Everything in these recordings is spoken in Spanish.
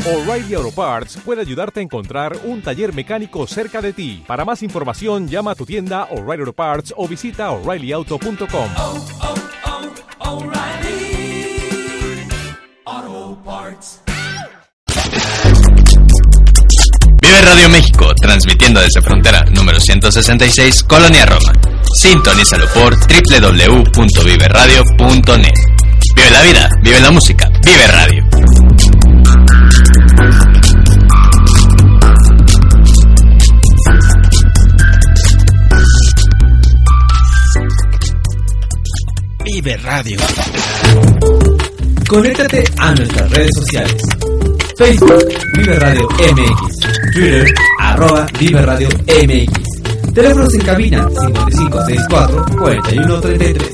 O'Reilly Auto Parts puede ayudarte a encontrar un taller mecánico cerca de ti. Para más información, llama a tu tienda O'Reilly Auto Parts o visita O'ReillyAuto.com. O'Reilly Auto Parts. Vive Radio México, transmitiendo desde frontera número 166, Colonia Roma. Sintonízalo por www.viveradio.net. Vive la vida, vive la música, vive radio. Vive Radio. Conéctate a nuestras redes sociales. Facebook, Vive Radio MX. Twitter, @Vive Radio MX. Teléfonos en cabina 5564-4133.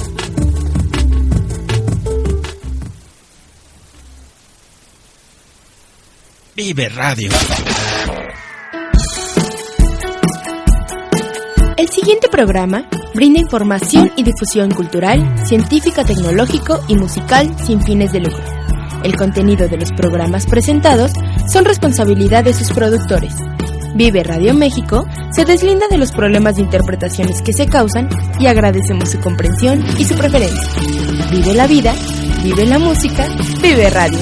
Vive Radio. El siguiente programa brinda información y difusión cultural, científica, tecnológico y musical sin fines de lucro. El contenido de los programas presentados son responsabilidad de sus productores. Vive Radio México se deslinda de los problemas de interpretaciones que se causan y agradecemos su comprensión y su preferencia. Vive la vida, vive la música, vive radio.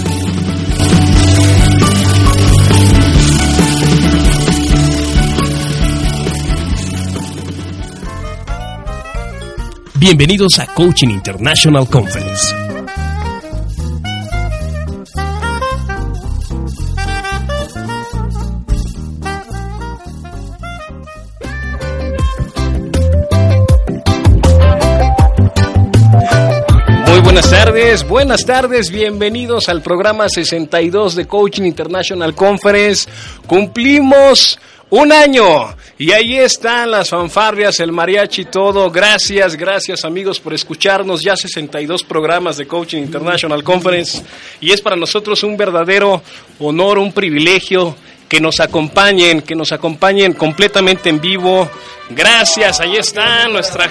Bienvenidos a Coaching International Conference. Muy buenas tardes, bienvenidos al programa 62 de Coaching International Conference. Cumplimos un año y ahí están las fanfarrias, el mariachi, todo. Gracias amigos por escucharnos. Ya 62 programas de Coaching International Conference y es para nosotros un verdadero honor, un privilegio que nos acompañen completamente en vivo. Gracias, ahí está nuestra...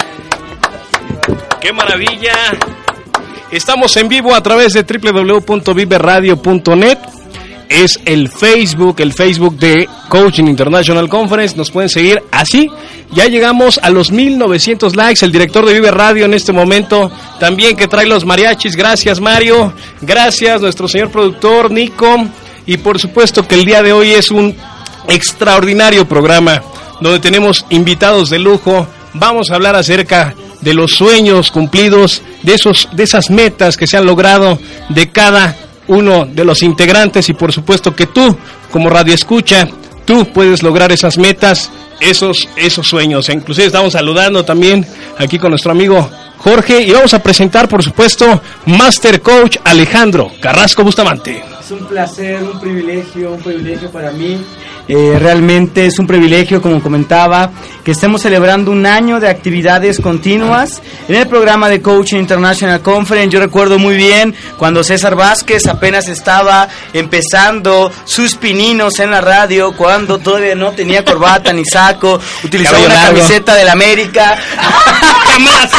¡Qué maravilla! Estamos en vivo a través de www.viveradio.net. Es el Facebook de Coaching International Conference. Nos pueden seguir así. Ya llegamos a los 1900 likes. El director de Vive Radio en este momento también, que trae los mariachis. Gracias, Mario. Gracias, nuestro señor productor, Nico. Y por supuesto que el día de hoy es un extraordinario programa donde tenemos invitados de lujo. Vamos a hablar acerca de los sueños cumplidos, de esas metas que se han logrado de cada uno de los integrantes, y por supuesto que tú, como radioescucha, tú puedes lograr esas metas, esos sueños. Inclusive estamos saludando también aquí con nuestro amigo Jorge, y vamos a presentar, por supuesto, Master Coach Alejandro Carrasco Bustamante. Es un placer, un privilegio para mí. Realmente es un privilegio, como comentaba, que estemos celebrando un año de actividades continuas en el programa de Coaching International Conference. Yo recuerdo muy bien cuando César Vázquez apenas estaba empezando sus pininos en la radio, cuando todavía no tenía corbata ni saco, utilizaba una camiseta del América. Jamás.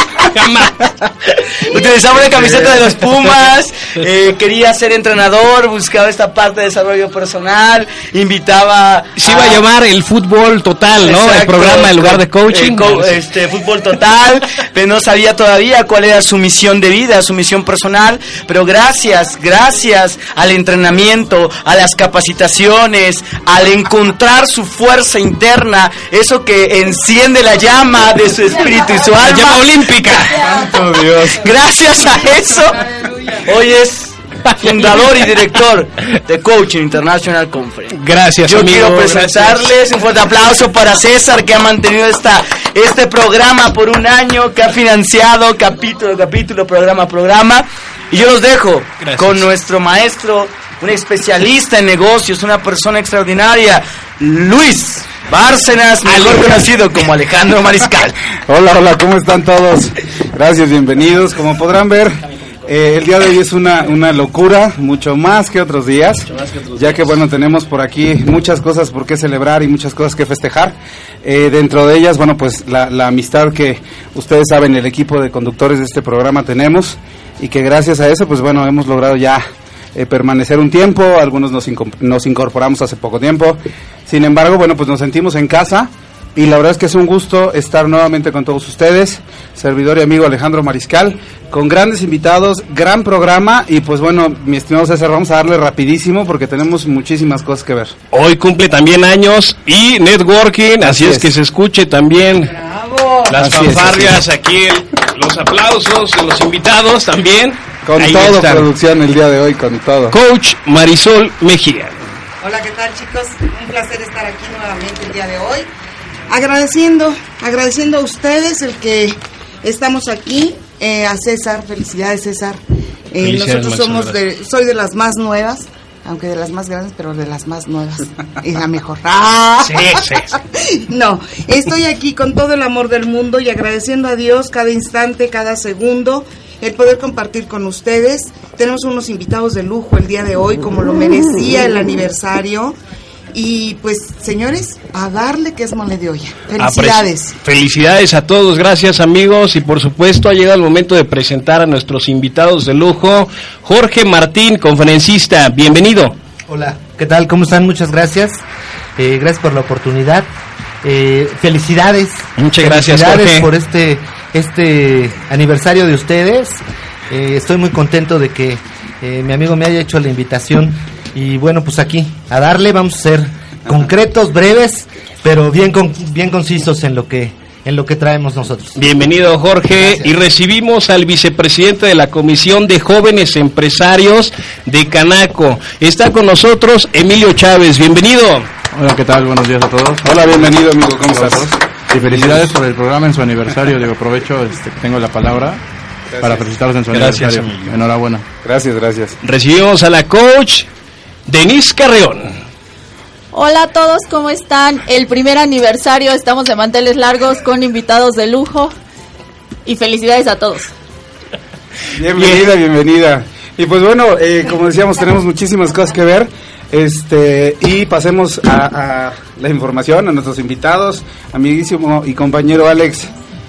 Utilizaba una camiseta de los Pumas, quería ser entrenador, buscaba esta parte de desarrollo personal, invitaba... Se iba a llamar el fútbol total, ¿no? Exacto, el programa en lugar de coaching. Fútbol total, pero no sabía todavía cuál era su misión de vida, su misión personal, pero gracias al entrenamiento, a las capacitaciones, al encontrar su fuerza interna, eso que enciende la llama de su espíritu y su alma. La llama olímpica. ¡Santo Dios! Gracias a eso, hoy es fundador y director de Coaching International Conference. Gracias, Yo amigo. Quiero presentarles un fuerte aplauso para César, que ha mantenido este programa por un año, que ha financiado capítulo, programa. Y yo los dejo con nuestro maestro, un especialista en negocios, una persona extraordinaria, Luis Bárcenas, mejor conocido como Alejandro Mariscal. Hola, ¿cómo están todos? Gracias, bienvenidos. Como podrán ver, el día de hoy es una locura, mucho más que otros días, ya que bueno, tenemos por aquí muchas cosas por qué celebrar y muchas cosas que festejar. Dentro de ellas, bueno, pues la amistad que ustedes saben, el equipo de conductores de este programa tenemos, y que gracias a eso, pues bueno, hemos logrado ya permanecer un tiempo, algunos nos incorporamos hace poco tiempo. Sin embargo, bueno, pues nos sentimos en casa y la verdad es que es un gusto estar nuevamente con todos ustedes, servidor y amigo Alejandro Mariscal, con grandes invitados, gran programa y pues bueno, mi estimado César, vamos a darle rapidísimo porque tenemos muchísimas cosas que ver. Hoy cumple también años y networking, así es que se escuche también. ¡Bravo! Las fanfarrias aquí, los aplausos de los invitados también. Con ahí todo, están. producción el día de hoy, con todo. Coach Marisol Mejía. Hola, ¿qué tal, chicos? Un placer estar aquí nuevamente el día de hoy. Agradeciendo a ustedes el que estamos aquí, a César, felicidades César. Nosotros soy de las más nuevas, aunque de las más grandes, pero de las más nuevas. Es la mejor. Sí. No, estoy aquí con todo el amor del mundo y agradeciendo a Dios cada instante, cada segundo, el poder compartir con ustedes. Tenemos unos invitados de lujo el día de hoy, como lo merecía el aniversario. Y pues, señores, a darle que es mole de olla. Felicidades. Felicidades a todos, gracias amigos. Y por supuesto ha llegado el momento de presentar a nuestros invitados de lujo. Jorge Martín, conferencista, bienvenido. Hola, ¿qué tal? ¿Cómo están? Muchas gracias. Gracias por la oportunidad. Felicidades. Muchas gracias, Jorge, por este aniversario de ustedes. Estoy muy contento de que mi amigo me haya hecho la invitación. Y bueno, pues aquí, a darle, vamos a ser concretos, breves, pero bien concisos en lo que traemos nosotros. Bienvenido, Jorge. Gracias. Y recibimos al vicepresidente de la Comisión de Jóvenes Empresarios de Canaco. Está con nosotros Emilio Chávez, bienvenido. Hola, ¿qué tal? Buenos días a todos. Hola, bienvenido, amigo, ¿cómo estás? Y felicidades por el programa en su aniversario. Digo, aprovecho, tengo la palabra. Gracias. Para felicitarlos en su aniversario. Emilio. Enhorabuena. Gracias. Recibimos a la coach Denise Carreón. Hola a todos, ¿cómo están? El primer aniversario, estamos de manteles largos con invitados de lujo y felicidades a todos. Bienvenida. Y pues bueno, como decíamos, tenemos muchísimas cosas que ver. Y pasemos a la información, a nuestros invitados, amiguísimo y compañero Alex.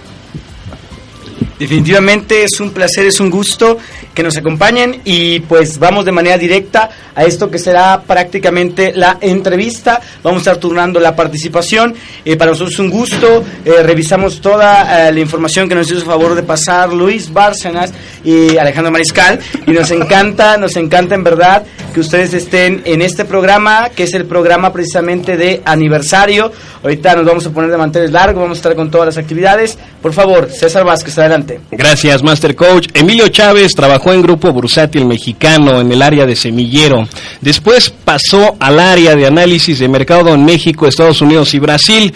Definitivamente es un placer, es un gusto que nos acompañen y pues vamos de manera directa a esto que será prácticamente la entrevista. Vamos a estar turnando la participación. Para nosotros es un gusto. Revisamos toda la información que nos hizo favor de pasar Luis Bárcenas y Alejandro Mariscal y nos encanta en verdad que ustedes estén en este programa, que es el programa precisamente de aniversario. Ahorita nos vamos a poner de manteles largos, vamos a estar con todas las actividades. Por favor, César Vázquez, adelante. Gracias, Master Coach. Emilio Chávez trabajó en Grupo Bursátil Mexicano en el área de semillero. Después pasó al área de análisis de mercado en México, Estados Unidos y Brasil.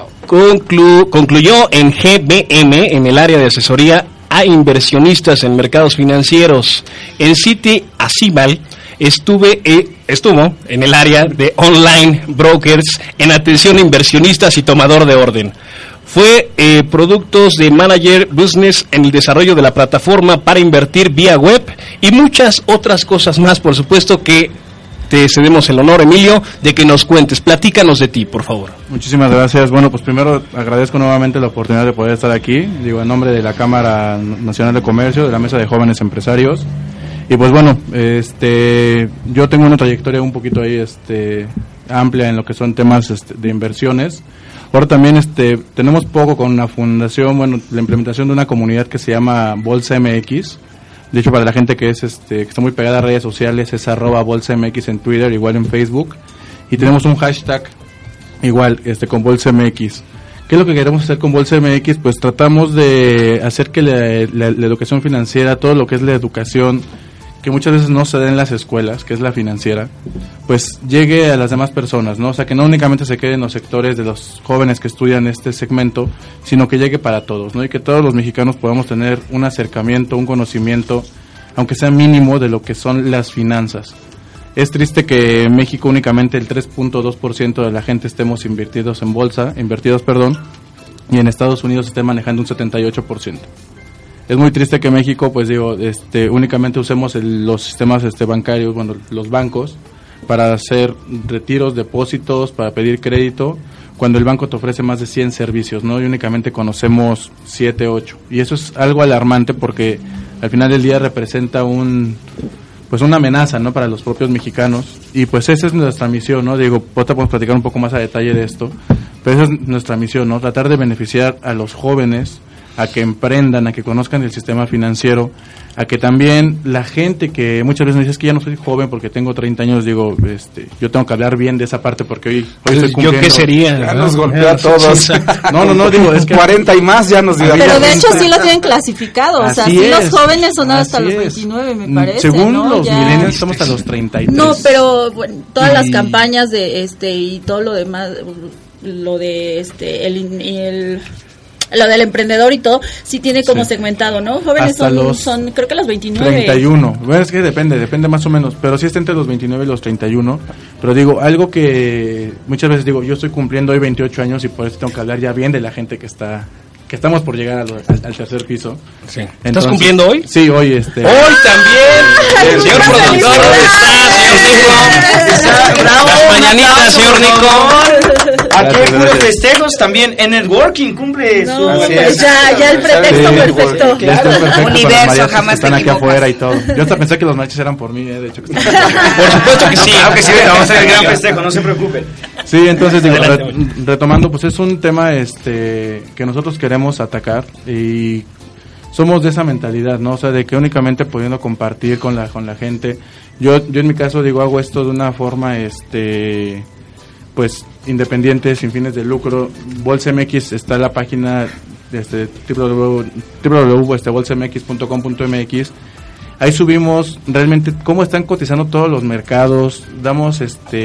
Concluyó en GBM en el área de asesoría a inversionistas en mercados financieros. En Citi Acibal estuvo en el área de online brokers en atención a inversionistas y tomador de orden. Fue productos de Manager Business en el desarrollo de la plataforma para invertir vía web y muchas otras cosas más. Por supuesto que te cedemos el honor, Emilio, de que nos cuentes. Platícanos de ti, por favor. Muchísimas gracias. Bueno, pues primero agradezco nuevamente la oportunidad de poder estar aquí. Digo, en nombre de la Cámara Nacional de Comercio, de la Mesa de Jóvenes Empresarios. Y pues bueno, yo tengo una trayectoria un poquito ahí amplia en lo que son temas de inversiones. Ahora también tenemos poco con una fundación, bueno, la implementación de una comunidad que se llama Bolsa MX. De hecho, para la gente que que está muy pegada a redes sociales, es @BolsaMX en Twitter, igual en Facebook. Y tenemos un hashtag igual con Bolsa MX. ¿Qué es lo que queremos hacer con Bolsa MX? Pues tratamos de hacer que la educación financiera, todo lo que es la educación, que muchas veces no se da en las escuelas, que es la financiera, pues llegue a las demás personas, ¿no? O sea, que no únicamente se quede en los sectores de los jóvenes que estudian este segmento, sino que llegue para todos, ¿no? Y que todos los mexicanos podamos tener un acercamiento, un conocimiento, aunque sea mínimo, de lo que son las finanzas. Es triste que en México únicamente el 3.2% de la gente estemos invertidos en bolsa, y en Estados Unidos estén manejando un 78%. Es muy triste que México, pues únicamente usemos los sistemas bancarios, bueno, los bancos, para hacer retiros, depósitos, para pedir crédito, cuando el banco te ofrece más de 100 servicios, ¿no? Y únicamente conocemos 7, 8. Y eso es algo alarmante porque al final del día representa un pues una amenaza, ¿no?, para los propios mexicanos. Y pues esa es nuestra misión, ¿no? Digo, ahorita podemos platicar un poco más a detalle de esto, pero esa es nuestra misión, ¿no? Tratar de beneficiar a los jóvenes a que emprendan, a que conozcan el sistema financiero, a que también la gente que muchas veces me dice, es que ya no soy joven porque tengo 30 años, digo, yo tengo que hablar bien de esa parte porque hoy estoy cumpliendo. ¿Yo qué sería? Ya nos golpeó a todos. No, digo, es que 40 y más ya nos dio. Pero de hecho sí lo tienen clasificado, o sea, Así sí es. los jóvenes son hasta Así los es. 29, me parece, Según ¿no? los Ya. millennials estamos hasta los 33. No, pero bueno, todas las campañas de y todo lo demás, lo de lo del emprendedor y todo, sí tiene como segmentado, ¿no? Jóvenes son creo que los 29. 31. Bueno, es que depende más o menos, pero sí está entre los 29 y los 31. Pero digo, algo que muchas veces digo, yo estoy cumpliendo hoy 28 años y por eso tengo que hablar ya bien de la gente que estamos por llegar al tercer piso. Sí. ¿Estás cumpliendo hoy? Sí, hoy ¡Hoy también! Señor productor, ¿dónde está, señor Nico? ¡Bravo! Las mañanitas, señor Nico. Aquí hay puros gracias. festejos también. En networking cumple No, su... pues ya el pretexto perfecto. Ya está perfecto para los Universo, mariachis jamás que están te aquí equivocas. afuera y todo. Yo hasta pensé que los mariachis eran por mí, de hecho. Por supuesto que sí. Claro que sí, vamos a hacer el gran festejo, no se preocupen. Sí, entonces digo, Adelante, retomando, pues es un tema que nosotros queremos atacar y somos de esa mentalidad, ¿no? O sea, de que únicamente pudiendo compartir con la gente. Yo en mi caso digo, hago esto de una forma pues independiente, sin fines de lucro. Bolsa MX está en la página www.bolsamx.com.mx. Ahí subimos realmente cómo están cotizando todos los mercados, damos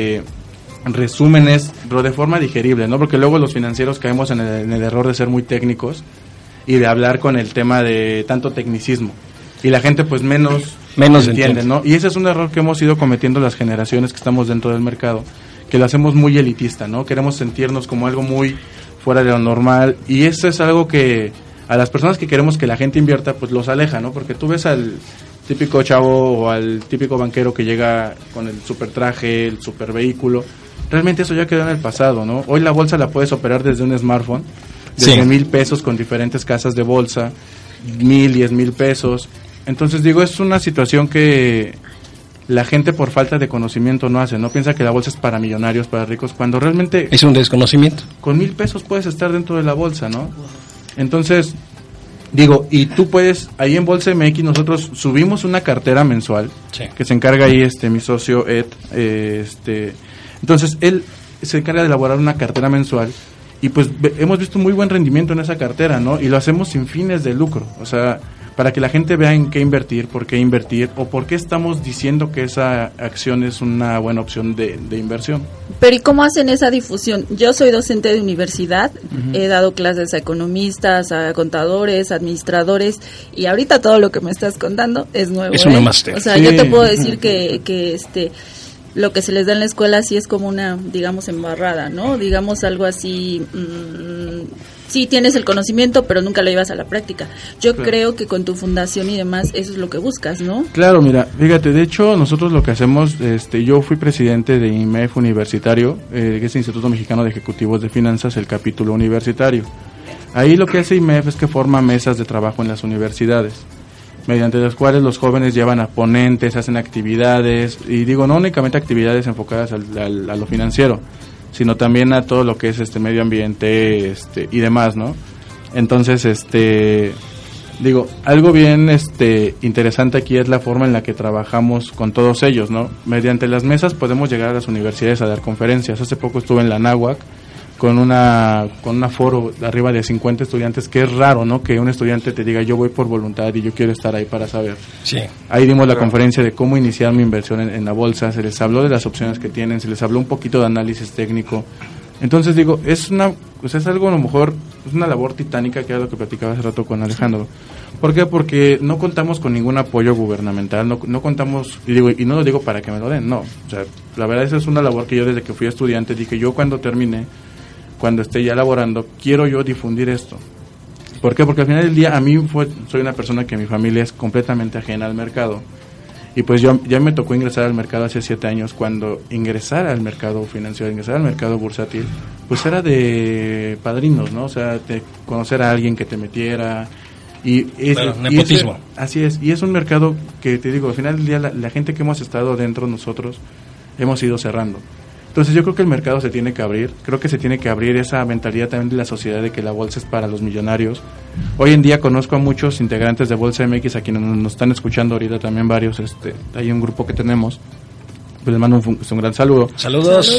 resúmenes, pero de forma digerible, ¿no? Porque luego los financieros caemos en el error de ser muy técnicos y de hablar con el tema de tanto tecnicismo. Y la gente pues menos entiende, ¿no? Y ese es un error que hemos ido cometiendo las generaciones que estamos dentro del mercado, que lo hacemos muy elitista, ¿no? Queremos sentirnos como algo muy fuera de lo normal, y eso es algo que a las personas que queremos que la gente invierta, pues los aleja, ¿no? Porque tú ves al típico chavo o al típico banquero que llega con el super traje, el super vehículo. Realmente eso ya quedó en el pasado, ¿no? Hoy la bolsa la puedes operar desde un smartphone, desde 1,000 pesos con diferentes casas de bolsa, 1,000, 10,000 pesos. Entonces digo, es una situación que la gente por falta de conocimiento no hace, no piensa que la bolsa es para millonarios, para ricos, cuando realmente es un desconocimiento. Con 1,000 pesos puedes estar dentro de la bolsa, ¿no? Entonces, digo, y tú puedes, ahí en Bolsa MX nosotros subimos una cartera mensual, que se encarga ahí mi socio Ed, entonces él se encarga de elaborar una cartera mensual y pues hemos visto muy buen rendimiento en esa cartera, ¿no? Y lo hacemos sin fines de lucro, o sea, para que la gente vea en qué invertir, por qué invertir o por qué estamos diciendo que esa acción es una buena opción de inversión. Pero ¿y cómo hacen esa difusión? Yo soy docente de universidad, he dado clases a economistas, a contadores, administradores, y ahorita todo lo que me estás contando es nuevo. Es una máster. O sea, yo te puedo decir que lo que se les da en la escuela sí es como una, digamos, embarrada, ¿no? Digamos algo así, sí tienes el conocimiento, pero nunca lo llevas a la práctica. Yo creo que con tu fundación y demás, eso es lo que buscas, ¿no? Claro, mira, fíjate, de hecho, nosotros lo que hacemos, yo fui presidente de IMEF Universitario, que es el Instituto Mexicano de Ejecutivos de Finanzas, el capítulo universitario. Ahí lo que hace IMEF es que forma mesas de trabajo en las universidades, mediante las cuales los jóvenes llevan a ponentes, hacen actividades, y digo, no únicamente actividades enfocadas a lo financiero, sino también a todo lo que es medio ambiente y demás, ¿no? Entonces, digo, algo bien interesante aquí es la forma en la que trabajamos con todos ellos, ¿no? Mediante las mesas podemos llegar a las universidades a dar conferencias. Hace poco estuve en la Anáhuac con un aforo de arriba de 50 estudiantes, que es raro, ¿no? Que un estudiante te diga, yo voy por voluntad y yo quiero estar ahí para saber. Sí. Ahí dimos la conferencia de cómo iniciar mi inversión en la bolsa, se les habló de las opciones que tienen, se les habló un poquito de análisis técnico. Entonces digo, es algo a lo mejor, es una labor titánica, que era lo que platicaba hace rato con Alejandro. ¿Por qué? Porque no contamos con ningún apoyo gubernamental, no contamos, y no lo digo para que me lo den, no. O sea, la verdad esa es una labor que yo desde que fui estudiante dije, yo cuando termine, cuando esté ya laborando, quiero yo difundir esto. ¿Por qué? Porque al final del día soy una persona que mi familia es completamente ajena al mercado. Y pues ya me tocó ingresar al mercado hace 7 años, cuando ingresar al mercado financiero, ingresar al mercado bursátil, pues era de padrinos, ¿no? O sea, de conocer a alguien que te metiera, Y es, claro, nepotismo. Así es, y es un mercado que, te digo, al final del día la gente que hemos estado dentro nosotros hemos ido cerrando. Entonces yo creo que el mercado se tiene que abrir, creo que se tiene que abrir esa mentalidad también de la sociedad de que la bolsa es para los millonarios. Hoy en día conozco a muchos integrantes de Bolsa MX, a quienes nos están escuchando ahorita también varios, hay un grupo que tenemos, pues les mando un gran saludo. Saludos.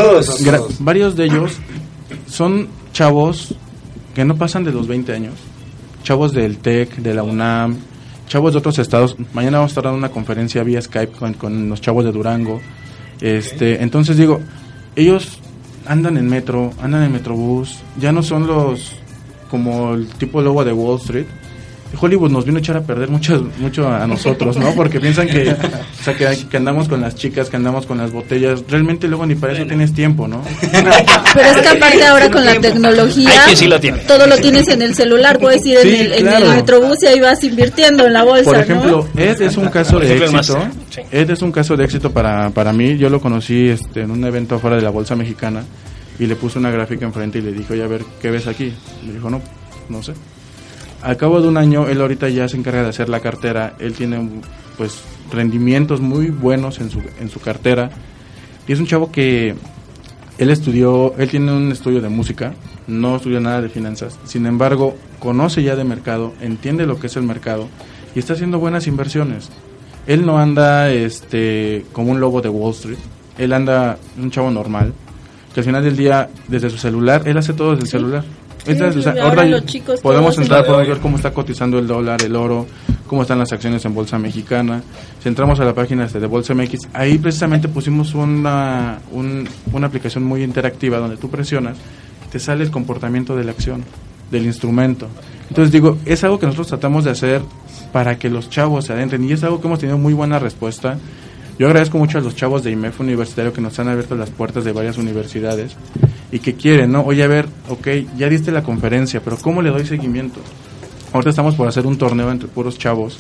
Varios de ellos son chavos que no pasan de los 20 años, chavos del TEC, de la UNAM, chavos de otros estados. Mañana vamos a estar dando una conferencia vía Skype con los chavos de Durango. Entonces digo, ellos andan en metro, andan en metrobús, ya no son los como el tipo lobo de Wall Street. Hollywood nos vino a echar a perder mucho a nosotros, ¿no? Porque piensan que, o sea, que andamos con las chicas, que andamos con las botellas. Realmente luego ni para eso tienes tiempo, ¿no? Pero es que aparte ahora con la tecnología, sí lo tiene. todo lo tienes en el celular. Puedes ir en el metrobús y ahí vas invirtiendo en la bolsa, por ejemplo, ¿no? Ed es un caso de éxito. Ed es un caso de éxito para mí. Yo lo conocí en un evento afuera de la Bolsa Mexicana y le puse una gráfica enfrente y le dije, oye, a ver, ¿qué ves aquí? Me dijo, no sé. Al cabo de un año, él ahorita ya se encarga de hacer la cartera. Él tiene pues rendimientos muy buenos en su cartera. Y es un chavo que él tiene un estudio de música, no estudió nada de finanzas. Sin embargo, conoce ya de mercado, entiende lo que es el mercado y está haciendo buenas inversiones. Él no anda como un lobo de Wall Street. Él anda un chavo normal, que al final del día, desde su celular, él hace todo desde el celular. Ahora los chicos podemos entrar, podemos ver cómo está cotizando el dólar, el oro, cómo están las acciones en Bolsa Mexicana. Si entramos a la página de Bolsa MX, ahí precisamente pusimos una aplicación muy interactiva donde tú presionas, te sale el comportamiento de la acción, del instrumento. Entonces digo, es algo que nosotros tratamos de hacer para que los chavos se adentren y es algo que hemos tenido muy buena respuesta. Yo agradezco mucho a los chavos de IMEF Universitario que nos han abierto las puertas de varias universidades y que quieren, ¿no? Oye, a ver, ok, ya diste la conferencia, pero ¿cómo le doy seguimiento? Ahorita estamos por hacer un torneo entre puros chavos.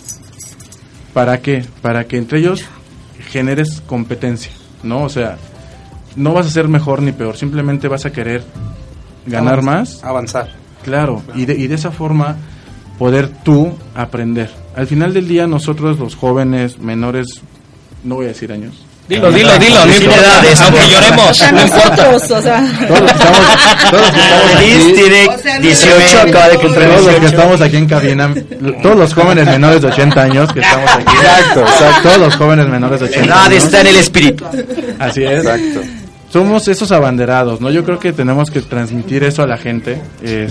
¿Para qué? Para que entre ellos generes competencia, ¿no? O sea, no vas a ser mejor ni peor, simplemente vas a querer ganar más. Avanzar. Claro, y de esa forma poder tú aprender. Al final del día nosotros los jóvenes menores, no voy a decir años. Dilo, no importa, aunque lloremos. O sea, nosotros, o sea. Todos los que estamos aquí, tiene 18, acaba de cumplir. Todos los que estamos aquí en cabina, todos los jóvenes menores de 80 años que estamos aquí. Exacto. Todos los jóvenes menores de 80 años. Nada está en el espíritu. Así es. Exacto. Somos esos abanderados, ¿no? Yo creo que tenemos que transmitir eso a la gente,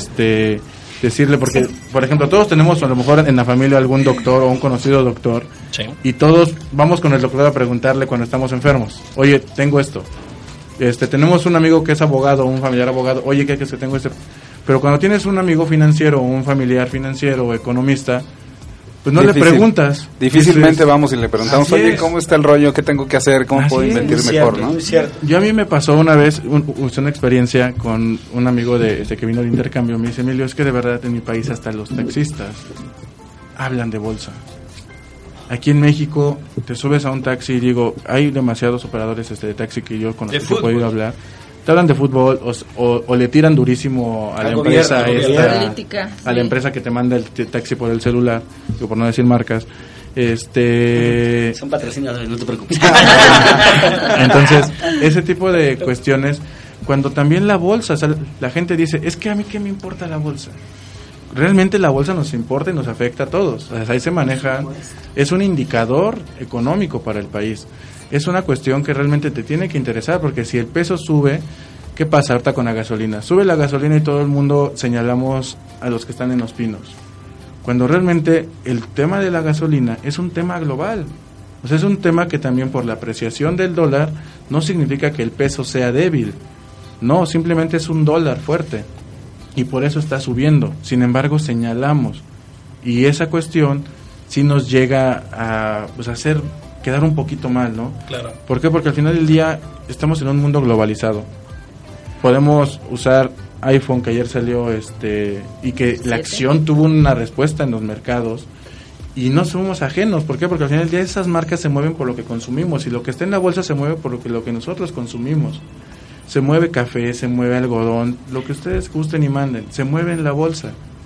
decirle, porque, por ejemplo, todos tenemos a lo mejor en la familia algún doctor o un conocido doctor, sí, y todos vamos con el doctor a preguntarle cuando estamos enfermos, oye, tengo esto, tenemos un amigo que es abogado, un familiar abogado, oye, ¿qué es que tengo pero cuando tienes un amigo financiero o un familiar financiero o economista, pues no le preguntas. Difícilmente vamos y le preguntamos, oye, ¿cómo está el rollo? ¿Qué tengo que hacer? ¿Cómo puedo invertir mejor? ¿No? Yo a mí me pasó una vez una experiencia con un amigo que vino de intercambio. Me dice, Emilio, es que de verdad en mi país hasta los taxistas hablan de bolsa. Aquí en México te subes a un taxi y digo, hay demasiados operadores de taxi que yo conozco que he podido hablar. Te hablan de fútbol o le tiran durísimo a la empresa a la empresa que te manda el taxi por el celular, por no decir marcas. Son patrocinadores, no te preocupes. Entonces, ese tipo de cuestiones, cuando también la bolsa, o sea, la gente dice, es que a mí qué me importa la bolsa. Realmente la bolsa nos importa y nos afecta a todos. O sea, ahí se maneja, es un indicador económico para el país. Es una cuestión que realmente te tiene que interesar, porque si el peso sube, ¿qué pasa ahorita con la gasolina? Sube la gasolina y todo el mundo señalamos a los que están en los pinos. Cuando realmente el tema de la gasolina es un tema global. O sea, es un tema que también por la apreciación del dólar no significa que el peso sea débil. No, simplemente es un dólar fuerte. Y por eso está subiendo. Sin embargo, señalamos. Y esa cuestión sí nos llega a hacer quedar un poquito mal, ¿no? Claro. ¿Por qué? Porque al final del día estamos en un mundo globalizado. Podemos usar iPhone, que ayer salió, y que la acción tuvo una respuesta en los mercados, y no somos ajenos. ¿Por qué? Porque al final del día esas marcas se mueven por lo que consumimos, y lo que está en la bolsa se mueve por lo que nosotros consumimos. Se mueve café, se mueve algodón, lo que ustedes gusten y manden, se mueve en la bolsa.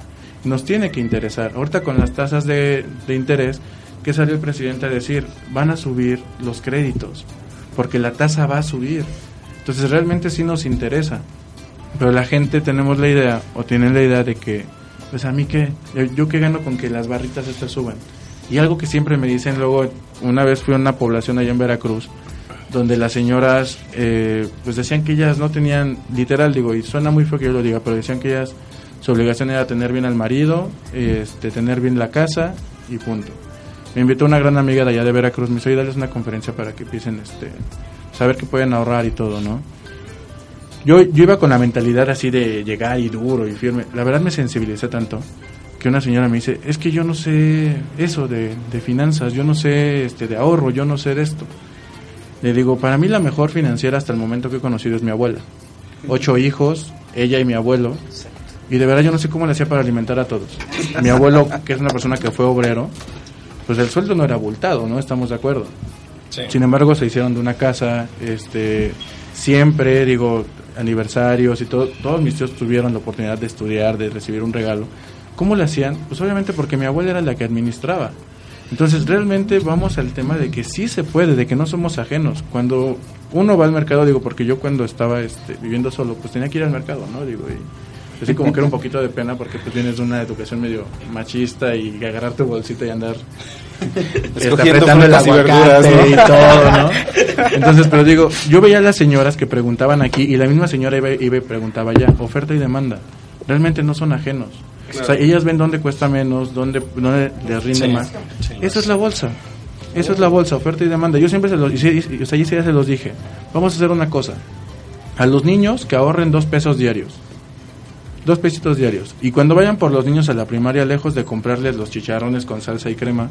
nos tiene que interesar. Ahorita con las tasas de interés, que salió el presidente a decir, van a subir los créditos, porque la tasa va a subir. Entonces realmente sí nos interesa. Pero la gente tenemos la idea, o tienen la idea de que, pues a mí qué, yo qué gano con que las barritas estas suban. Y algo que siempre me dicen, luego, una vez fui a una población allá en Veracruz, donde las señoras, pues decían que ellas no tenían, literal digo, y suena muy feo que yo lo diga, pero decían que ellas, su obligación era tener bien al marido, tener bien la casa, y punto. Me invitó una gran amiga de allá de Veracruz, me dijo, oye, darles una conferencia para que empiecen, saber que pueden ahorrar y todo, ¿no? Yo iba con la mentalidad así de llegar y duro y firme. La verdad me sensibilicé tanto que una señora me dice, es que yo no sé eso de finanzas, yo no sé de ahorro, yo no sé de esto. Le digo, para mí la mejor financiera hasta el momento que he conocido es mi abuela. 8 hijos, ella y mi abuelo. Y de verdad yo no sé cómo le hacía para alimentar a todos. Mi abuelo, que es una persona que fue obrero, pues el sueldo no era abultado, ¿no? Estamos de acuerdo. Sí. Sin embargo, se hicieron de una casa, siempre, digo, aniversarios y todo, todos mis tíos tuvieron la oportunidad de estudiar, de recibir un regalo. ¿Cómo le hacían? Pues obviamente porque mi abuela era la que administraba. Entonces realmente vamos al tema de que sí se puede, de que no somos ajenos. Cuando uno va al mercado, digo, porque yo cuando estaba viviendo solo, pues tenía que ir al mercado, ¿no? Digo, y así como que era un poquito de pena porque pues tienes una educación medio machista y agarrar tu bolsita y andar apretando el aguacate, ¿no? Y todo, ¿no? Entonces, pero digo, yo veía a las señoras que preguntaban aquí y la misma señora iba y preguntaba ya, oferta y demanda. Realmente no son ajenos. Claro. O sea, ellas ven dónde cuesta menos, dónde les rinde más. Esa es la bolsa. Eso es la bolsa, oferta y demanda. Yo siempre ya se los dije. Vamos a hacer una cosa. A los niños que ahorren 2 pesos diarios. 2 pesitos diarios. Y cuando vayan por los niños a la primaria, lejos de comprarles los chicharrones con salsa y crema,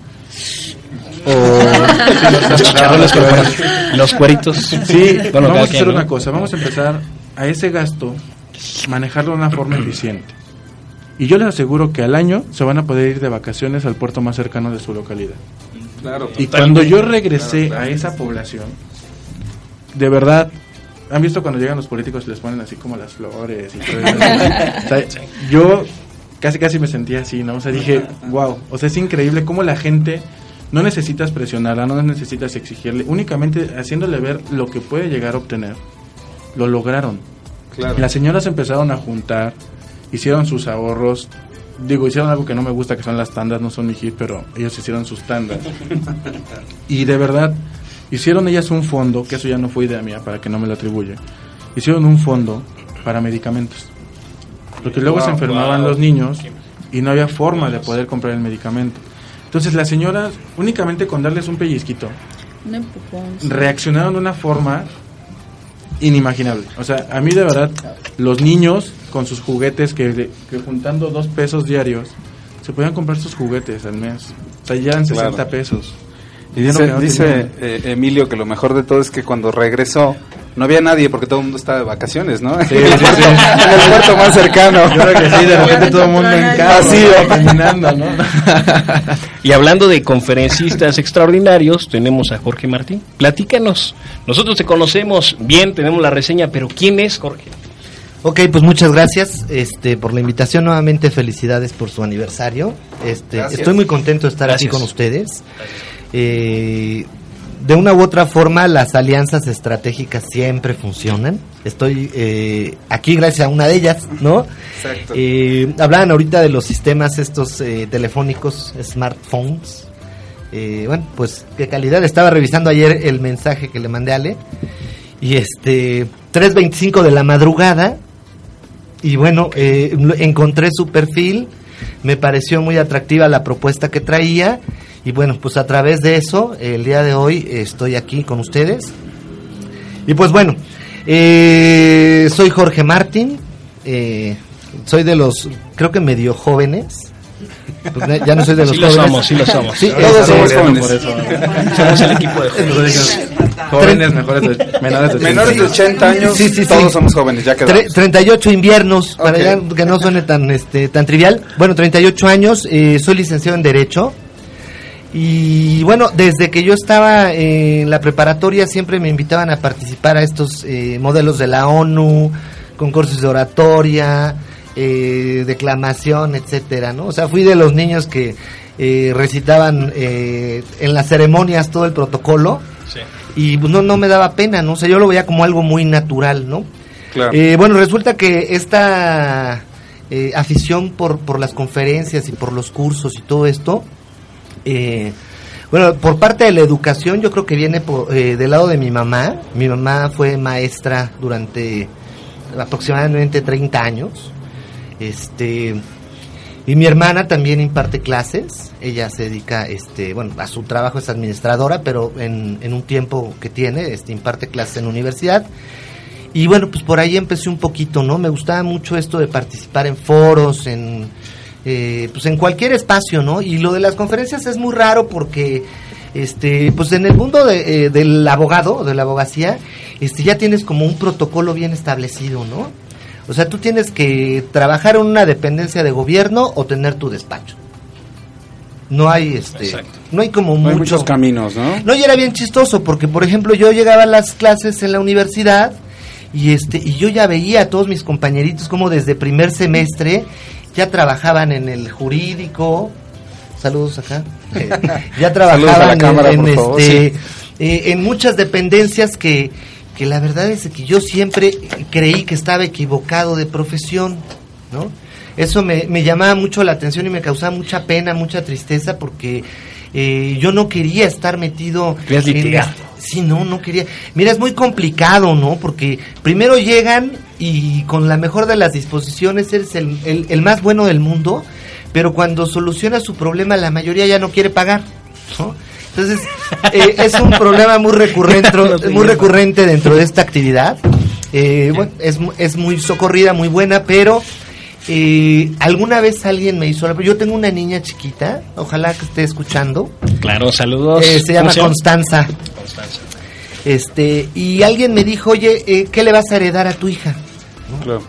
los chicharrones con los cueritos. Sí, bueno, vamos a hacer una cosa. Vamos a empezar a ese gasto, manejarlo de una forma eficiente. Y yo les aseguro que al año se van a poder ir de vacaciones al puerto más cercano de su localidad. Claro. Y cuando yo regresé a esa población, de verdad, ¿han visto cuando llegan los políticos y les ponen así como las flores y todo eso? O sea, yo casi me sentía así, ¿no? O sea, dije, wow, o sea, es increíble cómo la gente no necesitas presionarla, no necesitas exigirle, únicamente haciéndole ver lo que puede llegar a obtener, lo lograron. Claro. Las señoras empezaron a juntar, hicieron sus ahorros, digo, hicieron algo que no me gusta, que son las tandas, no son mi hit, pero ellos hicieron sus tandas. Y de verdad, hicieron ellas un fondo, que eso ya no fue idea mía, para que no me lo atribuya. Hicieron un fondo para medicamentos. Porque luego se enfermaban los niños y no había forma de poder comprar el medicamento. Entonces las señoras, únicamente con darles un pellizquito, reaccionaron de una forma inimaginable. O sea, a mí de verdad, los niños con sus juguetes, que juntando 2 pesos diarios, se podían comprar sus juguetes al mes. O sea, ya eran 60 pesos. Y dice Emilio que lo mejor de todo es que cuando regresó no había nadie porque todo el mundo estaba de vacaciones, ¿no? Sí. En el puerto más cercano. Yo creo que sí, de repente todo el mundo en casa, caminando, ¿no? Y hablando de conferencistas extraordinarios, tenemos a Jorge Martín. Platícanos. Nosotros te conocemos bien, tenemos la reseña, pero ¿quién es Jorge? Ok, pues muchas gracias por la invitación. Nuevamente felicidades por su aniversario. Estoy muy contento de estar aquí con ustedes. De una u otra forma, las alianzas estratégicas siempre funcionan. Estoy aquí gracias a una de ellas, ¿no? Exacto. Hablaban ahorita de los sistemas estos telefónicos, smartphones. Bueno, pues qué calidad. Estaba revisando ayer el mensaje que le mandé a Ale. Y 3:25 de la madrugada. Y bueno, encontré su perfil. Me pareció muy atractiva la propuesta que traía. Y bueno, pues a través de eso, el día de hoy estoy aquí con ustedes. Y pues bueno, soy Jorge Martín, soy de los, creo que medio jóvenes. Pues ya no soy de los jóvenes. Sí lo somos. Sí, todos somos jóvenes. Por eso, somos el equipo de jóvenes. Jóvenes, menores de 80 años, sí. Todos somos jóvenes, ya quedamos. 38 inviernos, para ya que no suene tan trivial. Bueno, 38 años, soy licenciado en Derecho. Y bueno, desde que yo estaba en la preparatoria siempre me invitaban a participar a estos modelos de la ONU, concursos de oratoria, declamación, etcétera, ¿no? O sea, fui de los niños que recitaban en las ceremonias todo el protocolo. Sí. Y pues, no me daba pena, ¿no? O sea, yo lo veía como algo muy natural, ¿no? Claro. Bueno, resulta que esta afición por las conferencias y por los cursos y todo esto, bueno, por parte de la educación yo creo que viene del lado de mi mamá. Mi mamá fue maestra durante aproximadamente 30 años. Y mi hermana también imparte clases. Ella se dedica, bueno, a su trabajo es administradora, pero en un tiempo que tiene, imparte clases en universidad. Y bueno, pues por ahí empecé un poquito, ¿no? Me gustaba mucho esto de participar en foros, pues en cualquier espacio, ¿no? Y lo de las conferencias es muy raro porque, pues en el mundo del abogado, de la abogacía, ya tienes como un protocolo bien establecido, ¿no? O sea, tú tienes que trabajar en una dependencia de gobierno o tener tu despacho. No hay, no hay como no hay muchos caminos, ¿no? No, y era bien chistoso porque, por ejemplo, yo llegaba a las clases en la universidad y yo ya veía a todos mis compañeritos como desde primer semestre ya trabajaban en el jurídico. Saludos acá. Ya trabajaban en muchas dependencias que la verdad es que yo siempre creí que estaba equivocado de profesión, ¿no? Eso me llamaba mucho la atención y me causaba mucha pena, mucha tristeza porque yo no quería estar metido ¿Querías litigar? Sí, no quería. Mira, es muy complicado, ¿no? Porque primero llegan y con la mejor de las disposiciones eres el más bueno del mundo, pero cuando solucionas su problema la mayoría ya no quiere pagar, ¿no? Entonces, es un problema muy recurrente dentro de esta actividad. Bueno, es muy socorrida, muy buena, pero alguna vez alguien me hizo... Yo tengo una niña chiquita, ojalá que esté escuchando. Claro, saludos. Se llama Constanza. Y alguien me dijo, oye, ¿qué le vas a heredar a tu hija? ¿No? Claro.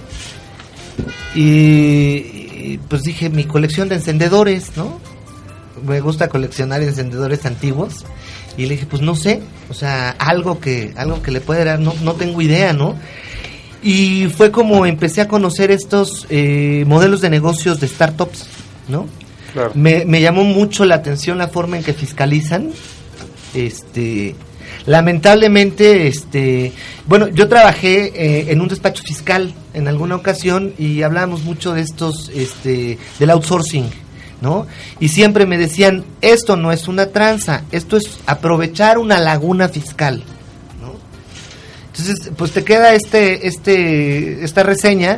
Y pues dije, mi colección de encendedores, ¿no? Me gusta coleccionar encendedores antiguos. Y le dije, pues no sé, o sea, algo que le puede dar, no tengo idea, ¿no? Y fue como empecé a conocer estos modelos de negocios de startups, ¿no? Claro. Me llamó mucho la atención la forma en que fiscalizan. Lamentablemente, bueno, yo trabajé en un despacho fiscal en alguna ocasión y hablábamos mucho de estos, del outsourcing, ¿no? Y siempre me decían, esto no es una tranza, esto es aprovechar una laguna fiscal, ¿no? Entonces, pues te queda esta reseña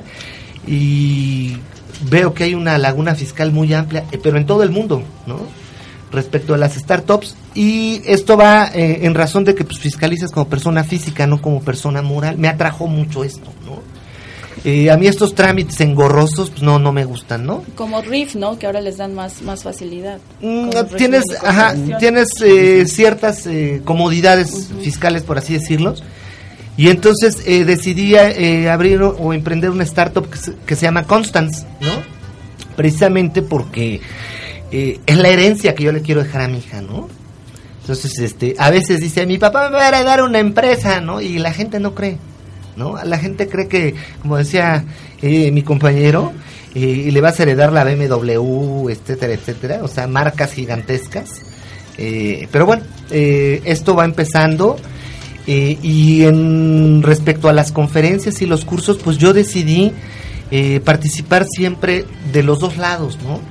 y veo que hay una laguna fiscal muy amplia, pero en todo el mundo, ¿no? Respecto a las startups, y esto va en razón de que pues fiscalizas como persona física, no como persona moral. Me atrajo mucho esto, ¿no? A mí estos trámites engorrosos pues no me gustan, ¿no? Como RIF, ¿no? Que ahora les dan más facilidad. Tienes ciertas comodidades fiscales, por así decirlo. Y entonces decidí abrir o emprender una startup que se llama Constance, ¿no? Precisamente porque es la herencia que yo le quiero dejar a mi hija, ¿no? Entonces, a veces dice, mi papá me va a heredar una empresa, ¿no? Y la gente no cree, ¿no? La gente cree que, como decía mi compañero, y le vas a heredar la BMW, etcétera, etcétera, o sea, marcas gigantescas. Pero bueno, esto va empezando. Y en respecto a las conferencias y los cursos, pues yo decidí participar siempre de los dos lados, ¿no?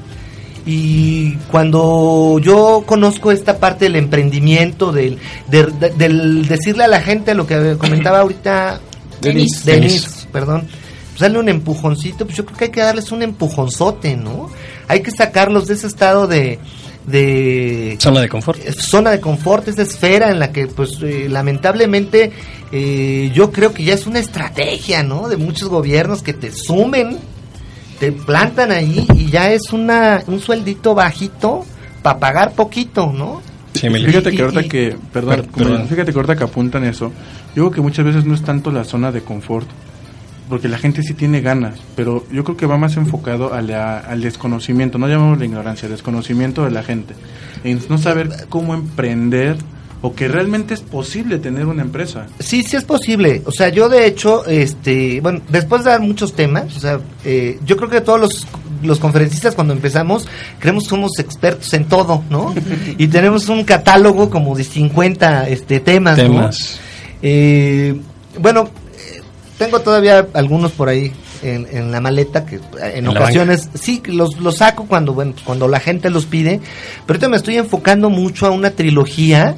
Y cuando yo conozco esta parte del emprendimiento, del decirle a la gente lo que comentaba ahorita Denis, perdón, pues darle un empujoncito, pues yo creo que hay que darles un empujonzote, ¿no? Hay que sacarlos de ese estado de zona de confort, esa esfera en la que pues lamentablemente yo creo que ya es una estrategia, ¿no? De muchos gobiernos que te sumen, te plantan ahí y ya es un sueldito bajito para pagar poquito, ¿no? Sí, fíjate que ahorita fíjate que ahorita que apuntan eso, yo creo que muchas veces no es tanto la zona de confort, porque la gente sí tiene ganas, pero yo creo que va más enfocado al desconocimiento, no llamamos la ignorancia, desconocimiento de la gente, en no saber cómo emprender o que realmente es posible tener una empresa. Sí, sí es posible. O sea, yo de hecho, bueno, después de dar muchos temas, o sea, yo creo que todos los conferencistas cuando empezamos creemos que somos expertos en todo, ¿no? Y tenemos un catálogo como de 50 temas, ¿no? Bueno, tengo todavía algunos por ahí en la maleta que en ocasiones sí los saco cuando cuando la gente los pide, pero ahorita me estoy enfocando mucho a una trilogía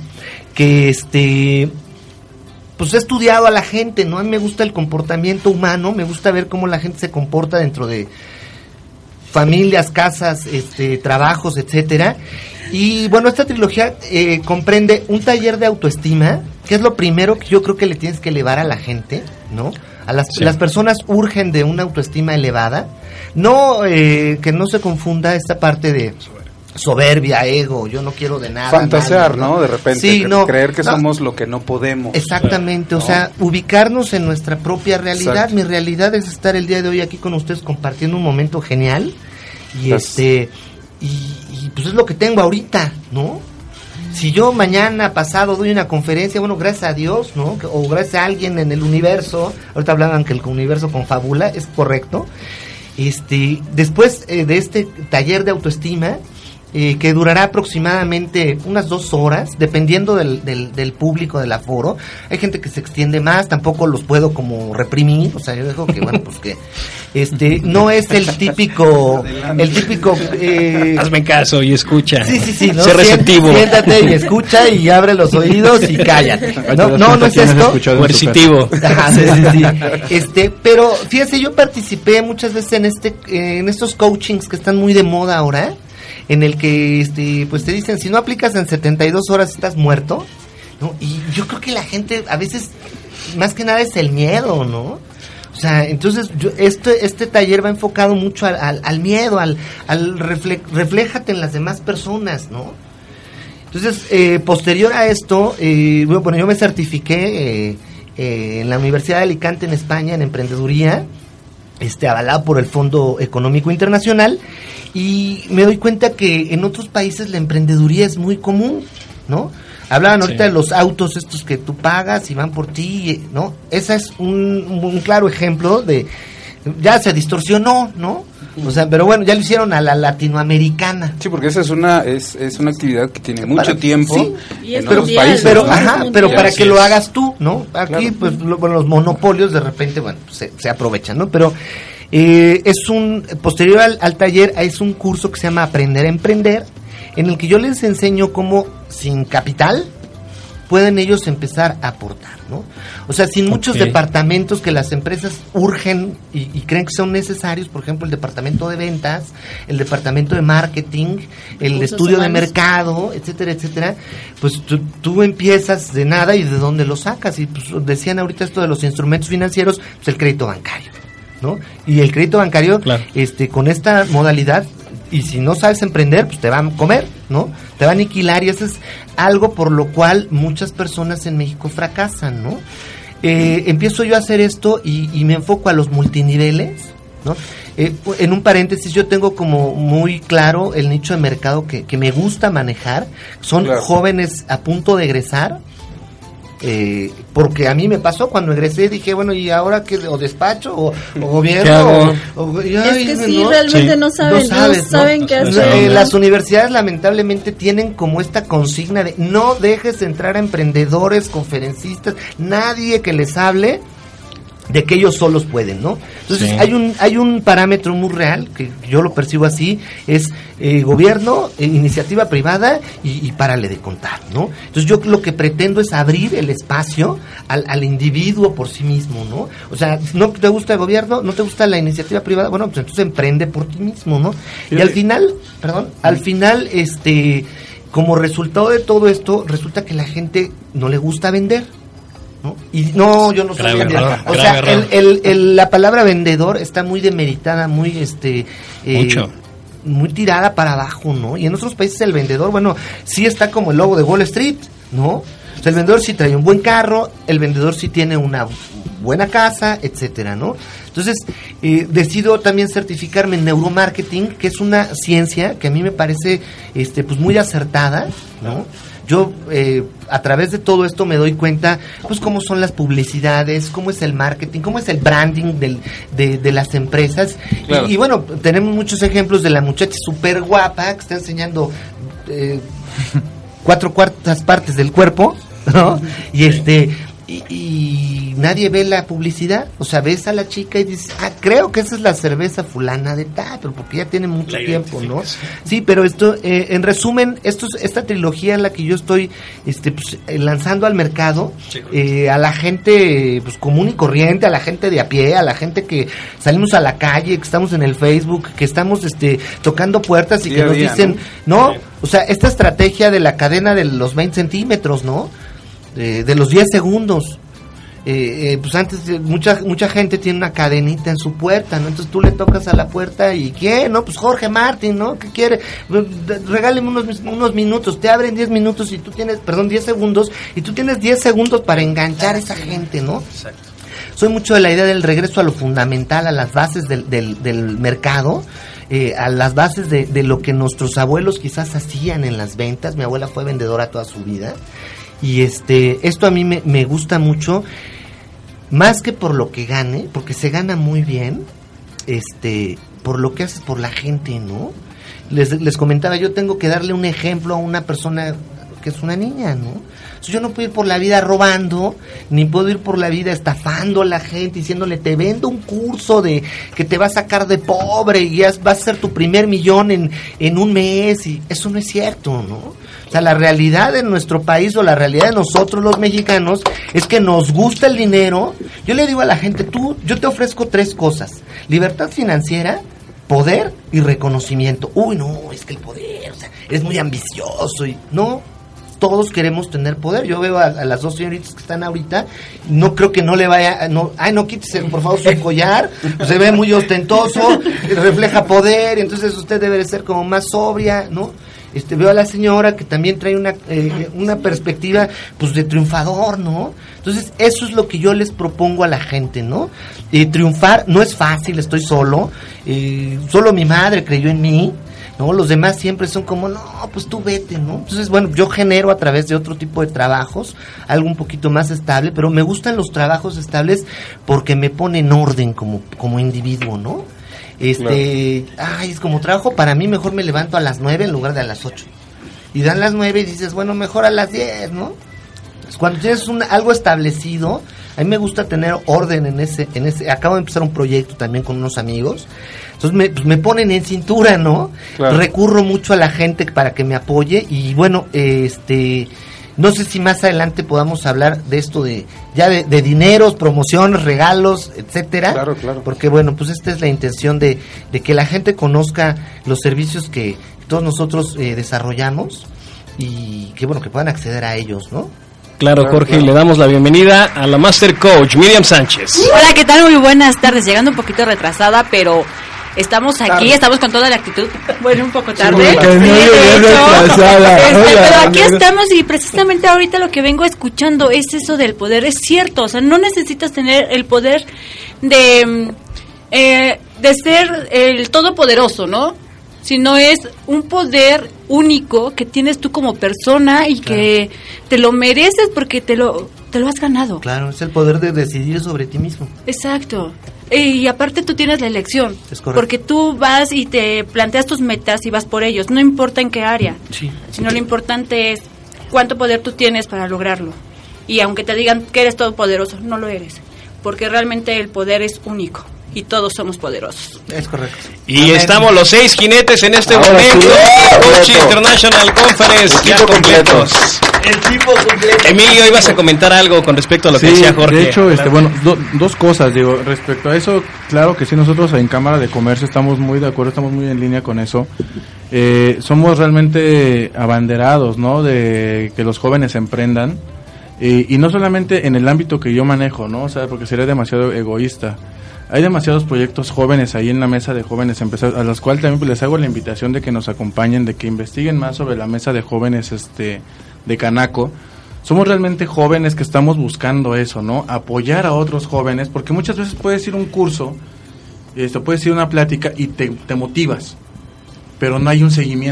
que pues he estudiado a la gente, ¿no? A mí me gusta el comportamiento humano, me gusta ver cómo la gente se comporta dentro de familias, casas, trabajos, etcétera. Y bueno, esta trilogía comprende un taller de autoestima, que es lo primero que yo creo que le tienes que elevar a la gente, ¿no? Las personas urgen de una autoestima elevada, no que no se confunda esta parte de soberbia, ego, yo no quiero de nada. Fantasear, ¿no? De repente, sí, creer que somos lo que no podemos. Exactamente, ¿no? O sea, ubicarnos en nuestra propia realidad. Exacto. Mi realidad es estar el día de hoy aquí con ustedes compartiendo un momento genial y y pues es lo que tengo ahorita, ¿no? Si yo mañana pasado doy una conferencia, bueno, gracias a Dios, ¿no? O gracias a alguien en el universo, ahorita hablaban que el universo confabula, es correcto. Después de este taller de autoestima, que durará aproximadamente unas 2 horas, dependiendo del público, del aforo. Hay gente que se extiende más, tampoco los puedo como reprimir, o sea, yo dejo que, bueno, pues que no es el típico hazme caso y escucha. Sí, ¿no? Sé receptivo. Siéntate y escucha y abre los oídos y cállate. No es esto. Coercitivo. Ajá, sí. Pero fíjese, yo participé muchas veces en estos coachings que están muy de moda ahora, en el que pues te dicen, si no aplicas en 72 horas estás muerto, ¿no? Y yo creo que la gente a veces más que nada es el miedo, ¿no? O sea, entonces este taller va enfocado mucho al miedo, al refléjate en las demás personas, ¿no? Entonces, posterior a esto, bueno, yo me certifiqué en la Universidad de Alicante en España en emprendeduría, avalado por el Fondo Económico Internacional, y me doy cuenta que en otros países la emprendeduría es muy común, ¿no? Hablaban ahorita de los autos estos que tú pagas y van por ti, ¿no? Ese es un claro ejemplo de... Ya se distorsionó, ¿no? O sea, pero bueno, ya lo hicieron a la latinoamericana. Sí, porque esa es una actividad que tiene mucho tiempo en otros países. Pero para que lo hagas tú, ¿no? Aquí, pues, los monopolios de repente, bueno, se aprovechan, ¿no? Pero posterior al taller, es un curso que se llama Aprender a Emprender, en el que yo les enseño cómo, sin capital, pueden ellos empezar a aportar, ¿no? O sea, sin muchos departamentos que las empresas urgen y creen que son necesarios, por ejemplo, el departamento de ventas, el departamento de marketing, el estudio de mercado, etcétera, etcétera, pues tú empiezas de nada y de dónde lo sacas. Y pues decían ahorita esto de los instrumentos financieros, pues el crédito bancario, ¿no? Y el crédito bancario, con esta modalidad, y si no sabes emprender, pues te van a comer, ¿no? Te van a aniquilar, y eso es algo por lo cual muchas personas en México fracasan, ¿no? Empiezo yo a hacer esto y me enfoco a los multiniveles, ¿no? En un paréntesis, yo tengo como muy claro el nicho de mercado que me gusta manejar. Son jóvenes a punto de egresar, porque a mí me pasó cuando egresé, dije, bueno, ¿y ahora qué? ¿O despacho? ¿O gobierno? Es que sí, ¿no? Realmente no saben qué hacer. Las universidades lamentablemente tienen como esta consigna de no dejes entrar a emprendedores, conferencistas, nadie que les hable de que ellos solos pueden, ¿no? Entonces hay un parámetro muy real, que yo lo percibo así, es gobierno, iniciativa privada y párale de contar, ¿no? Entonces yo lo que pretendo es abrir el espacio al individuo por sí mismo, ¿no? O sea, no te gusta el gobierno, no te gusta la iniciativa privada, bueno, pues entonces emprende por ti mismo, ¿no? Y al final, como resultado de todo esto, resulta que la gente no le gusta vender, ¿no? Y no, yo no soy vendedor. O sea, la palabra vendedor está muy demeritada, muy muy tirada para abajo, ¿no? Y en otros países el vendedor, bueno, sí está como el logo de Wall Street, ¿no? O sea, el vendedor sí trae un buen carro, el vendedor sí tiene una buena casa, etcétera, ¿no? Entonces, decido también certificarme en neuromarketing, que es una ciencia que a mí me parece pues muy acertada, ¿no? yo a través de todo esto me doy cuenta, pues cómo son las publicidades, cómo es el marketing, cómo es el branding de las empresas. Claro. Y bueno, tenemos muchos ejemplos de la muchacha súper guapa que está enseñando 4/4 partes del cuerpo, ¿no? Y nadie ve la publicidad, o sea, ves a la chica y dices, creo que esa es la cerveza fulana de tal, pero porque ya tiene mucho tiempo, ¿no? Sí, pero esto, en resumen, esta trilogía es la que yo estoy pues, lanzando al mercado, a la gente pues común y corriente, a la gente de a pie, a la gente que salimos a la calle, que estamos en el Facebook, que estamos tocando puertas y que nos dicen, ¿no? O sea, esta estrategia de la cadena de los 20 centímetros, ¿no? De los 10 segundos. Pues antes mucha gente tiene una cadenita en su puerta, ¿no? Entonces tú le tocas a la puerta y ¿quién? No, pues Jorge Martín, ¿no? ¿Qué quiere? Regáleme unos minutos, te abren 10 minutos y tú tienes, 10 segundos y tú tienes 10 segundos para enganchar a esa gente, ¿no? Exacto. Soy mucho de la idea del regreso a lo fundamental, a las bases del mercado, a las bases de lo que nuestros abuelos quizás hacían en las ventas. Mi abuela fue vendedora toda su vida. Y esto a mí me gusta mucho, más que por lo que gane, porque se gana muy bien, por lo que haces por la gente, ¿no? Les comentaba, yo tengo que darle un ejemplo a una persona que es una niña, ¿no? Yo no puedo ir por la vida robando, ni puedo ir por la vida estafando a la gente, diciéndole, te vendo un curso de que te va a sacar de pobre y vas a ser tu primer millón en un mes, y eso no es cierto, ¿no? O sea, la realidad de nuestro país, o la realidad de nosotros los mexicanos, es que nos gusta el dinero. Yo le digo a la gente, yo te ofrezco 3 cosas: libertad financiera, poder y reconocimiento. Uy, no, es que el poder, o sea, es muy ambicioso. Y no, todos queremos tener poder. Yo veo a las 2 señoritas que están ahorita, no creo que no le vaya, no quítese por favor su collar, pues se ve muy ostentoso, refleja poder, entonces usted debe de ser como más sobria, ¿no? Veo a la señora que también trae una perspectiva pues de triunfador, ¿no? Entonces eso es lo que yo les propongo a la gente, ¿no? Triunfar no es fácil, estoy solo, solo mi madre creyó en mí, ¿no? Los demás siempre son como, no, pues tú vete, ¿no? Entonces, bueno, yo genero a través de otro tipo de trabajos algo un poquito más estable, pero me gustan los trabajos estables porque me ponen orden como individuo, ¿no? Es como trabajo para mí, mejor me levanto a las 9 en lugar de a las 8. Y dan las 9 y dices, bueno, mejor a las 10, ¿no? Cuando tienes algo establecido, a mí me gusta tener orden en ese. Acabo de empezar un proyecto también con unos amigos. Entonces me ponen en cintura, ¿no? Claro. Recurro mucho a la gente para que me apoye y bueno, no sé si más adelante podamos hablar de esto de dineros, promociones, regalos, etcétera. Claro. Porque bueno, pues esta es la intención de que la gente conozca los servicios que todos nosotros desarrollamos y que bueno, que puedan acceder a ellos, ¿no? Claro, Jorge, le damos la bienvenida a la Master Coach, Miriam Sánchez. Hola, ¿qué tal? Muy buenas tardes. Llegando un poquito retrasada, pero estamos aquí, estamos con toda la actitud. Bueno, un poco tarde. Pero aquí estamos y precisamente ahorita lo que vengo escuchando es eso del poder. Es cierto, o sea, no necesitas tener el poder de ser el todopoderoso, ¿no? Sino es un poder único que tienes tú como persona y que te lo mereces porque te lo has ganado. Claro, es el poder de decidir sobre ti mismo. Exacto. Y aparte tú tienes la elección. Es correcto. Porque tú vas y te planteas tus metas y vas por ellos. No importa en qué área. Sí. Sino lo importante es cuánto poder tú tienes para lograrlo. Y aunque te digan que eres todopoderoso, no lo eres. Porque realmente el poder es único. Y todos somos poderosos. Es correcto. Y estamos los 6 jinetes en este momento. Coach International Conference, ya completos. El equipo completo. Emilio, ibas a comentar algo con respecto a lo que decía Jorge. De hecho, bueno, dos cosas, digo, respecto a eso, claro que sí, nosotros en Cámara de Comercio estamos muy de acuerdo, estamos muy en línea con eso. Somos realmente abanderados, ¿no? De que los jóvenes emprendan. Y no solamente en el ámbito que yo manejo, ¿no? O sea, porque sería demasiado egoísta. Hay demasiados proyectos jóvenes ahí en la mesa de jóvenes empresarios, a los cuales también pues, les hago la invitación de que nos acompañen, de que investiguen más sobre la mesa de jóvenes de Canaco. Somos realmente jóvenes que estamos buscando eso, ¿no? Apoyar a otros jóvenes, porque muchas veces puedes ir a un curso, puedes ir a una plática y te motivas, pero no hay un seguimiento.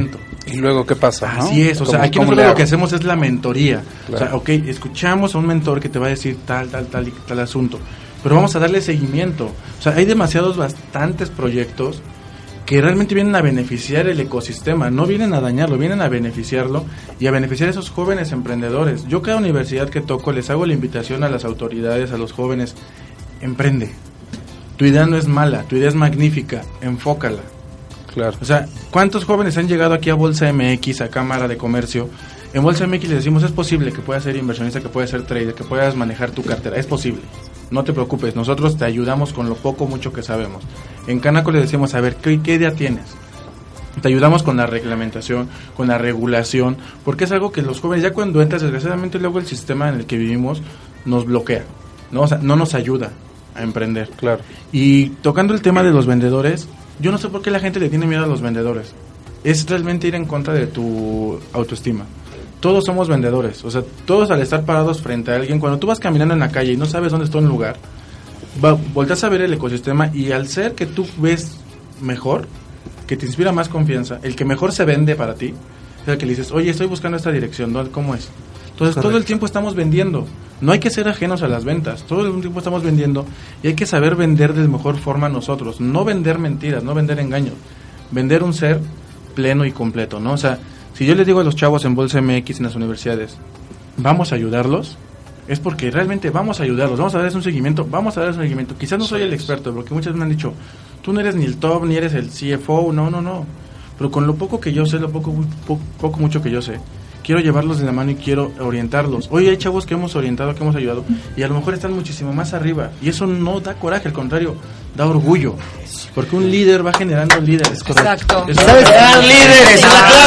¿Y luego qué pasa? Así es, o sea, aquí nosotros lo que hacemos es la mentoría. Claro. O sea, ok, escuchamos a un mentor que te va a decir tal asunto, pero vamos a darle seguimiento. O sea, hay bastantes proyectos que realmente vienen a beneficiar el ecosistema, no vienen a dañarlo, vienen a beneficiarlo y a beneficiar a esos jóvenes emprendedores. Yo cada universidad que toco les hago la invitación a las autoridades, a los jóvenes, emprende. Tu idea no es mala, tu idea es magnífica, enfócala. Claro. O sea, ¿cuántos jóvenes han llegado aquí a Bolsa MX, a Cámara de Comercio? En Bolsa MX les decimos, es posible que puedas ser inversionista, que puedas ser trader, que puedas manejar tu cartera, es posible. No te preocupes, nosotros te ayudamos con lo poco, mucho que sabemos. En Canaco les decimos, a ver, ¿qué idea tienes? Te ayudamos con la reglamentación, con la regulación, porque es algo que los jóvenes, ya cuando entras, desgraciadamente luego el sistema en el que vivimos nos bloquea, ¿no? O sea, no nos ayuda a emprender. Claro. Y tocando el tema de los vendedores, yo no sé por qué la gente le tiene miedo a los vendedores. Es realmente ir en contra de tu autoestima. Todos somos vendedores, o sea, todos al estar parados frente a alguien, cuando tú vas caminando en la calle y no sabes dónde está un lugar, volteas a ver el ecosistema y al ser que tú ves mejor, que te inspira más confianza, el que mejor se vende para ti, es el que le dices, oye, estoy buscando esta dirección, ¿no? ¿Cómo es? Entonces, todo el tiempo estamos vendiendo. No hay que ser ajenos a las ventas. Todo el tiempo estamos vendiendo y hay que saber vender de mejor forma nosotros. No vender mentiras, no vender engaños. Vender un ser pleno y completo, ¿no? O sea, si yo les digo a los chavos en Bolsa MX, en las universidades, vamos a ayudarlos, es porque realmente vamos a ayudarlos. Vamos a darles un seguimiento, Quizás no soy el experto, porque muchas veces me han dicho, tú no eres ni el top, ni eres el CFO, no. Pero con lo poco que yo sé, mucho que yo sé, quiero llevarlos de la mano y quiero orientarlos. Hoy hay chavos que hemos orientado, que hemos ayudado, y a lo mejor están muchísimo más arriba. Y eso no da coraje, al contrario, da orgullo. Porque un líder va generando líderes. Exacto. ¿Sabes? Líderes.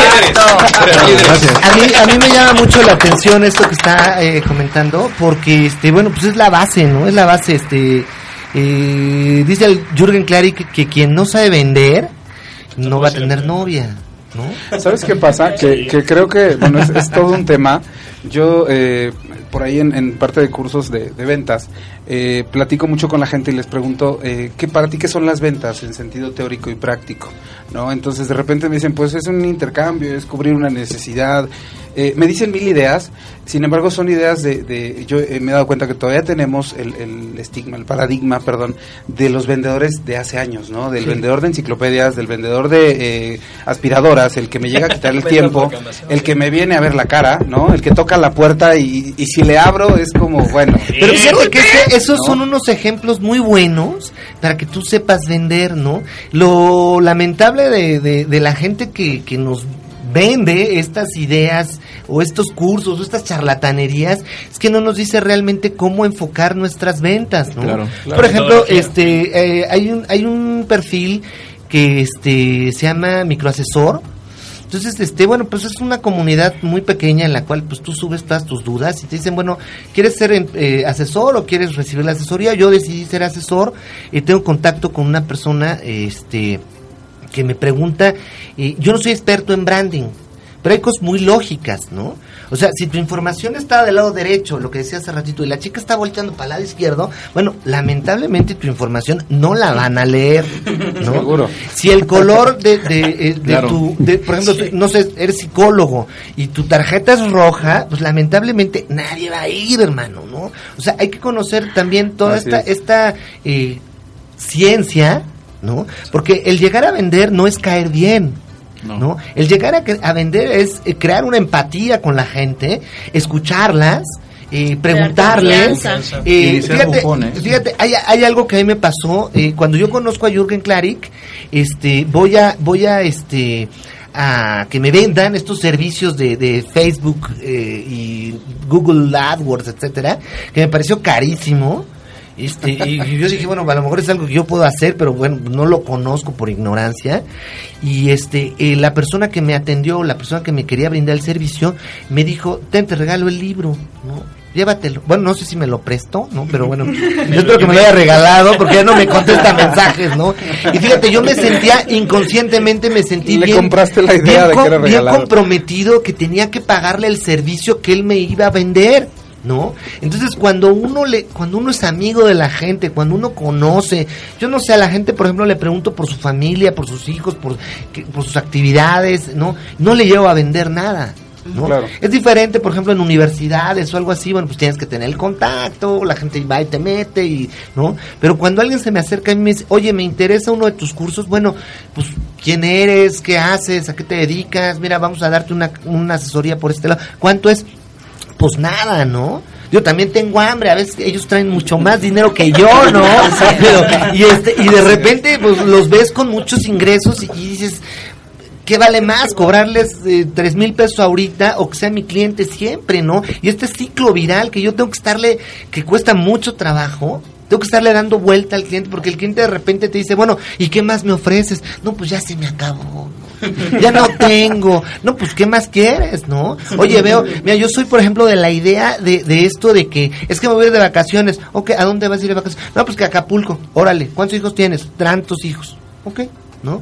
A mí me llama mucho la atención esto que está comentando, porque bueno, pues es la base, ¿no? Es la base, dice el Jürgen Klarik que quien no sabe vender no va a tener novia, ¿no? ¿Sabes qué pasa? Que creo que, bueno, es todo un tema. Yo, por ahí en parte de cursos de ventas, platico mucho con la gente y les pregunto, para ti qué son las ventas en sentido teórico y práctico, ¿no? Entonces de repente me dicen, pues es un intercambio, es cubrir una necesidad. Me dicen 1000 ideas, sin embargo son ideas yo me he dado cuenta que todavía tenemos el estigma, el paradigma, de los vendedores de hace años, ¿no? Del vendedor de enciclopedias, del vendedor de aspiradoras, el que me llega a quitar el tiempo, el que me viene a ver la cara, ¿no? El que toca la puerta y si le abro es como, bueno. Pero fíjate que esos son unos ejemplos muy buenos para que tú sepas vender, ¿no? Lo lamentable de la gente que nos vende estas ideas o estos cursos o estas charlatanerías es que no nos dice realmente cómo enfocar nuestras ventas, ¿no? Claro. Por ejemplo, hay un perfil que se llama Microasesor. Entonces, bueno, pues es una comunidad muy pequeña en la cual pues tú subes todas tus dudas y te dicen, bueno, ¿quieres ser asesor o quieres recibir la asesoría? Yo decidí ser asesor y tengo contacto con una persona que me pregunta, yo no soy experto en branding, pero hay cosas muy lógicas, ¿no? O sea, si tu información está del lado derecho, lo que decía hace ratito, y la chica está volteando para el lado izquierdo, bueno, lamentablemente tu información no la van a leer, ¿no? Seguro. Si el color claro. Por ejemplo, no sé, eres psicólogo y tu tarjeta es roja, pues lamentablemente nadie va a ir, hermano, ¿no? O sea, hay que conocer también toda esta ciencia, ¿no? Porque el llegar a vender no es caer bien, ¿no? El llegar a vender es crear una empatía con la gente, escucharlas, preguntarles. Fíjate, hay algo que a mí me pasó cuando yo conozco a Jürgen Klarik, voy a que me vendan estos servicios de Facebook y Google AdWords, etcétera, que me pareció carísimo. Y yo dije, bueno, a lo mejor es algo que yo puedo hacer, pero bueno, no lo conozco por ignorancia. Y la persona que me atendió, la persona que me quería brindar el servicio, me dijo, te regalo el libro, ¿no? Llévatelo. Bueno, no sé si me lo prestó, ¿no? Pero bueno, yo espero que me lo haya regalado porque ya no me contesta mensajes, ¿no? Y fíjate, yo me sentía, inconscientemente me sentí Le compraste la idea de que era regalado. Bien comprometido, que tenía que pagarle el servicio que él me iba a vender. ¿no? Entonces cuando uno es amigo de la gente, cuando uno conoce, yo no sé, a la gente, por ejemplo, le pregunto por su familia, por sus hijos, por sus actividades, ¿no? No le llevo a vender nada, ¿no? Claro. Es diferente, por ejemplo, en universidades o algo así, bueno, pues tienes que tener el contacto, la gente va y te mete, y ¿no? Pero cuando alguien se me acerca y me dice, oye, me interesa uno de tus cursos, bueno, pues, ¿quién eres? ¿Qué haces? ¿A qué te dedicas? Mira, vamos a darte una asesoría por este lado. ¿Cuánto es? Pues nada, ¿no? Yo también tengo hambre, a veces ellos traen mucho más dinero que yo, ¿no? Y de repente, pues, los ves con muchos ingresos y dices, ¿qué vale más? ¿Cobrarles 3,000 pesos ahorita o que sea mi cliente siempre, ¿no? Y este ciclo viral que yo tengo que estarle, que cuesta mucho trabajo, tengo que estarle dando vuelta al cliente, porque el cliente de repente te dice, bueno, ¿y qué más me ofreces? No, pues ya se me acabó, ya no tengo. No, pues ¿qué más quieres, no? Oye, mira, yo soy, por ejemplo, de la idea de esto de que, es que me voy a ir de vacaciones. Ok, ¿a dónde vas a ir de vacaciones? No, pues que a Acapulco. Órale, ¿cuántos hijos tienes? Tantos hijos. Ok, ¿no?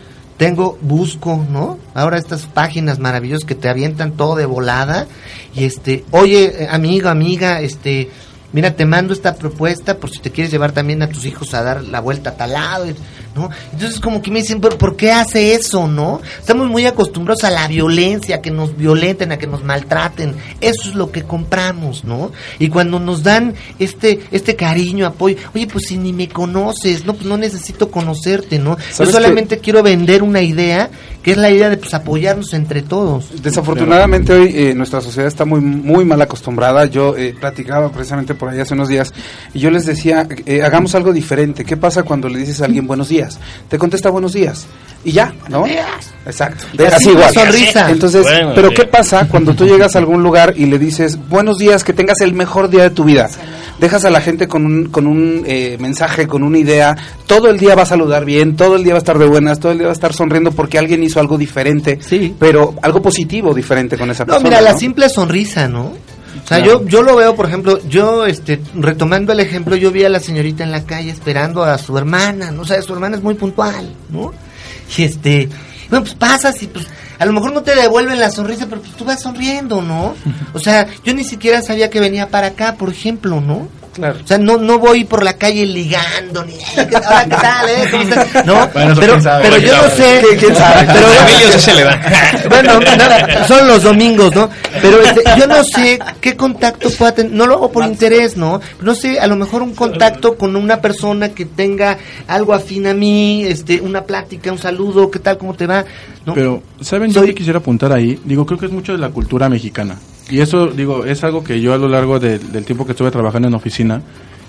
Busco, ¿no? Ahora estas páginas maravillosas que te avientan todo de volada y oye, amiga, mira, te mando esta propuesta por si te quieres llevar también a tus hijos a dar la vuelta a tal lado, ¿no? Entonces como que me dicen, ¿por qué hace eso, no? Estamos muy acostumbrados a la violencia, a que nos violenten, a que nos maltraten. Eso es lo que compramos, ¿no? Y cuando nos dan este cariño, apoyo, oye, pues si ni me conoces, no, pues no necesito conocerte, ¿no? Yo solamente quiero vender una idea, que es la idea de, pues, apoyarnos entre todos. Desafortunadamente hoy nuestra sociedad está muy, muy mal acostumbrada. Yo platicaba precisamente por ahí hace unos días y yo les decía, hagamos algo diferente. ¿Qué pasa cuando le dices a alguien buenos días? Te contesta buenos días y ya, ¿no? Exacto. Así igual. Sonrisa. Entonces, bueno, pero ¿qué pasa cuando tú llegas a algún lugar y le dices buenos días, que tengas el mejor día de tu vida? Dejas a la gente con un mensaje, con una idea. Todo el día va a saludar bien, todo el día va a estar de buenas, todo el día va a estar sonriendo porque alguien hizo algo diferente, sí, pero algo positivo diferente con esa persona. No, mira, la simple sonrisa, ¿no? O sea, claro. yo lo veo, por ejemplo, retomando el ejemplo, yo vi a la señorita en la calle esperando a su hermana, ¿no? O sea, su hermana es muy puntual, ¿no? Y bueno, pues pasas y pues a lo mejor no te devuelven la sonrisa, pero pues tú vas sonriendo, ¿no? O sea, yo ni siquiera sabía que venía para acá, por ejemplo, ¿no? Claro. O sea, no voy por la calle ligando, ni hola, ¿qué tal, ¿Cómo estás? No, bueno, pero yo no sé, ¿quién sabe? Pero Emilio sí se le da. Bueno, nada, son los domingos, ¿no? Pero yo no sé qué contacto pueda tener, no lo hago por interés, ¿no? No sé, a lo mejor un contacto con una persona que tenga algo afín a mí, una plática, un saludo, ¿qué tal, cómo te va? ¿No? Pero, ¿saben? Yo que quisiera apuntar ahí, creo que es mucho de la cultura mexicana. Y eso, es algo que yo a lo largo del tiempo que estuve trabajando en oficina,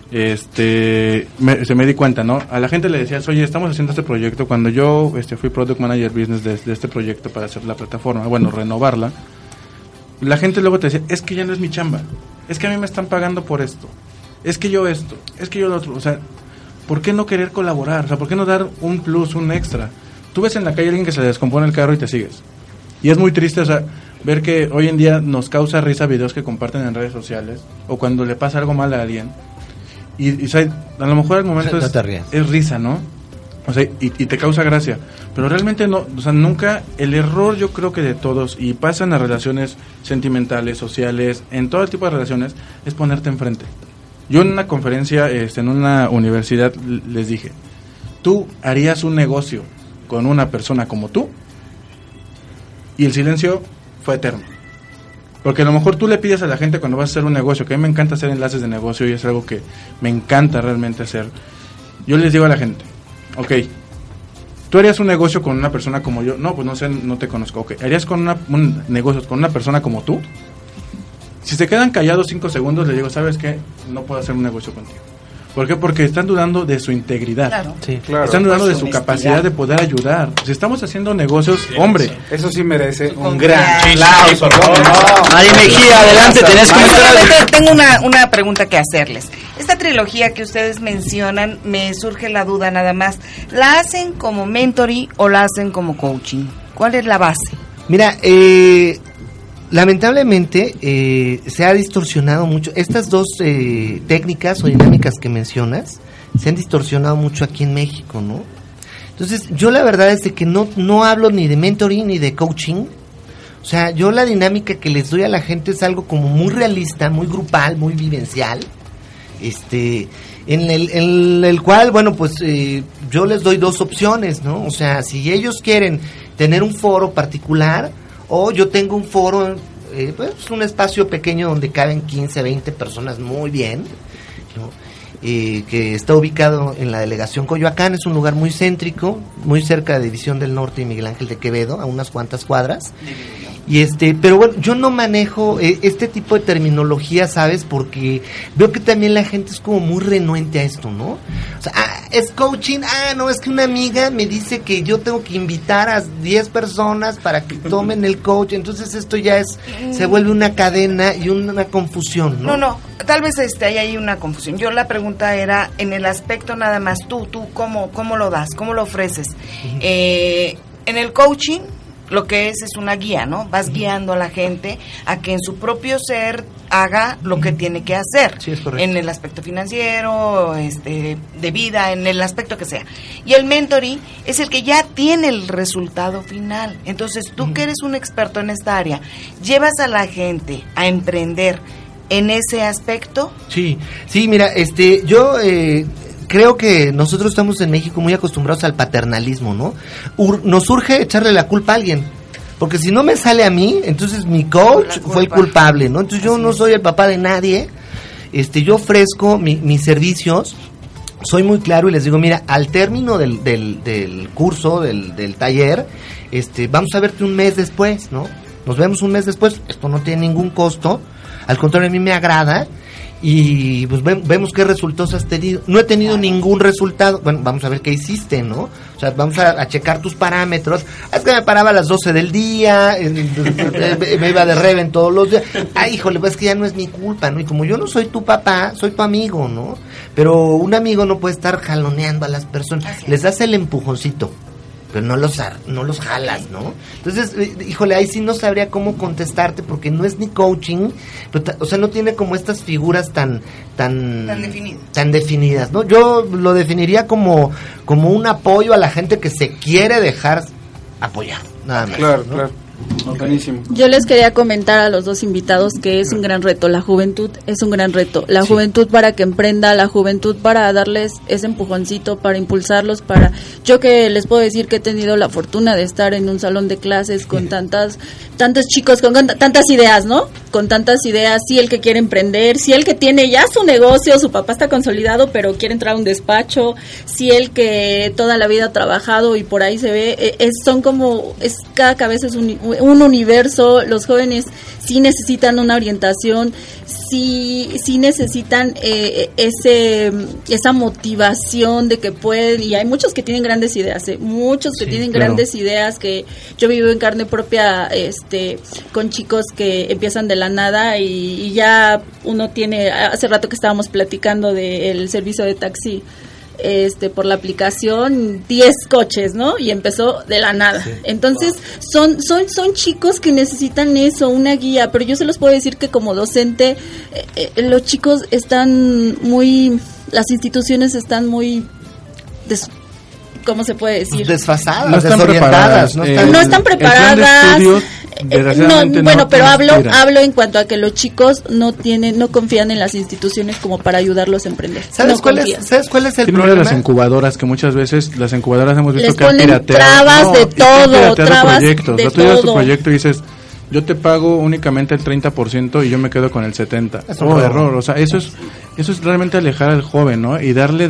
me di cuenta, ¿no? A la gente le decías, oye, estamos haciendo este proyecto. Cuando yo fui Product Manager Business de este proyecto para hacer la plataforma, renovarla, la gente luego te decía, es que ya no es mi chamba, es que a mí me están pagando por esto, es que yo esto, es que yo lo otro. O sea, ¿por qué no querer colaborar? O sea, ¿por qué no dar un plus, un extra? Tú ves en la calle a alguien que se le descompone el carro y te sigues. Y es muy triste, o sea, ver que hoy en día nos causa risa videos que comparten en redes sociales o cuando le pasa algo mal a alguien y o sea, a lo mejor al momento no es risa, ¿no? O sea, y te causa gracia, pero realmente no, o sea, nunca, el error yo creo que de todos, y pasa en las relaciones sentimentales, sociales, en todo tipo de relaciones, es ponerte enfrente. Yo en una conferencia en una universidad les dije, ¿tú harías un negocio con una persona como tú? Y el silencio fue eterno. Porque a lo mejor tú le pides a la gente cuando vas a hacer un negocio, que a mí me encanta hacer enlaces de negocio y es algo que me encanta realmente hacer. Yo les digo a la gente, ok, ¿tú harías un negocio con una persona como yo? No, pues no sé, no te conozco. Ok, ¿harías un negocio con una persona como tú? Si se quedan callados 5 segundos, les digo, ¿sabes qué? No puedo hacer un negocio contigo. ¿Por qué? Porque están dudando de su integridad. Claro. Sí, claro. Están dudando de su capacidad de poder ayudar. Si estamos haciendo negocios, hombre. Eso sí merece un gran aplauso. Mari Mejía, adelante, tenés que Tengo una pregunta que hacerles. Esta trilogía que ustedes mencionan, me surge la duda nada más. ¿La hacen como mentoring o la hacen como coaching? ¿Cuál es la base? Mira, lamentablemente se ha distorsionado mucho. Estas dos técnicas o dinámicas que mencionas se han distorsionado mucho aquí en México, ¿no? Entonces, yo la verdad es de que no hablo ni de mentoring ni de coaching, O sea, yo la dinámica que les doy a la gente es algo como muy realista, muy grupal, muy vivencial. En el cual, bueno, pues yo les doy dos opciones, ¿no? O sea, si ellos quieren tener un foro particular, o yo tengo un foro, pues un espacio pequeño donde caben 15, 20 personas muy bien, ¿no? Que está ubicado en la delegación Coyoacán, es un lugar muy céntrico, muy cerca de División del Norte y Miguel Ángel de Quevedo, a unas cuantas cuadras. Y pero bueno, yo no manejo este tipo de terminología, ¿sabes? Porque veo que también la gente es como muy renuente a esto, ¿no? O sea, es coaching, no, es que una amiga me dice que yo tengo que invitar a 10 personas para que tomen el coach, entonces esto ya se vuelve una cadena y una confusión, ¿no? No, tal vez hay ahí una confusión. Yo la pregunta era en el aspecto nada más, tú ¿cómo lo das? ¿Cómo lo ofreces? En el coaching lo que es una guía, ¿no? Vas guiando a la gente a que en su propio ser haga lo que tiene que hacer. Sí, es correcto. En el aspecto financiero, de vida, en el aspecto que sea. Y el mentoring es el que ya tiene el resultado final. Entonces, tú que eres un experto en esta área, ¿llevas a la gente a emprender en ese aspecto? Sí, mira, yo creo que nosotros estamos en México muy acostumbrados al paternalismo, ¿no? Nos urge echarle la culpa a alguien, porque si no me sale a mí, entonces mi coach fue el culpable, ¿no? Entonces yo no soy el papá de nadie. Yo ofrezco mis servicios, soy muy claro y les digo, mira, al término del curso, del taller, vamos a verte un mes después, ¿no? Nos vemos un mes después, esto no tiene ningún costo, al contrario, a mí me agrada. Y pues vemos qué resultados has tenido. No he tenido ningún resultado. Bueno, vamos a ver qué hiciste, ¿no? O sea, vamos a checar tus parámetros. Es que me paraba a las 12 del día, me iba de reven todos los días. Híjole, pues es que ya no es mi culpa, ¿no? Y como yo no soy tu papá, soy tu amigo, ¿no? Pero un amigo no puede estar jaloneando a las personas. Les das el empujoncito, pero no los jalas, ¿no? Entonces, híjole, ahí sí no sabría cómo contestarte porque no es ni coaching, pero o sea, no tiene como estas figuras tan definidas, ¿no? Yo lo definiría como un apoyo a la gente que se quiere dejar apoyar, nada más. Claro, ¿no? claro. Buenísimo. Yo les quería comentar a los dos invitados que es un gran reto, la juventud es un gran reto, la juventud para que emprenda, la juventud para darles ese empujoncito, para impulsarlos, yo que les puedo decir que he tenido la fortuna de estar en un salón de clases con tantos chicos, con tantas ideas, ¿no? Con tantas ideas, sí el que quiere emprender, sí el que tiene ya su negocio, su papá está consolidado pero quiere entrar a un despacho, sí el que toda la vida ha trabajado y por ahí se ve, cada cabeza es un universo. Los jóvenes sí necesitan una orientación, sí necesitan esa motivación de que pueden, y hay muchos que tienen grandes ideas, grandes ideas que yo vivo en carne propia con chicos que empiezan de la nada y ya uno tiene, hace rato que estábamos platicando del servicio de taxi por la aplicación, 10 coches, ¿no? Y empezó de la nada. Sí. Entonces, son chicos que necesitan eso, una guía, pero yo se los puedo decir que como docente, los chicos las instituciones están muy ¿cómo se puede decir? Desfasadas, no están desorientadas, preparadas. No están preparadas. Pero hablo en cuanto a que los chicos no confían en las instituciones como para ayudarlos a emprender. ¿Sabes cuál es el problema? Las incubadoras, que muchas veces las incubadoras hemos visto les que han pirateado trabas de todo, proyectos. Tú llevas tu proyecto y dices, yo te pago únicamente el 30% y yo me quedo con el 70%. Es un error. O sea, eso es realmente alejar al joven, ¿no? Y darle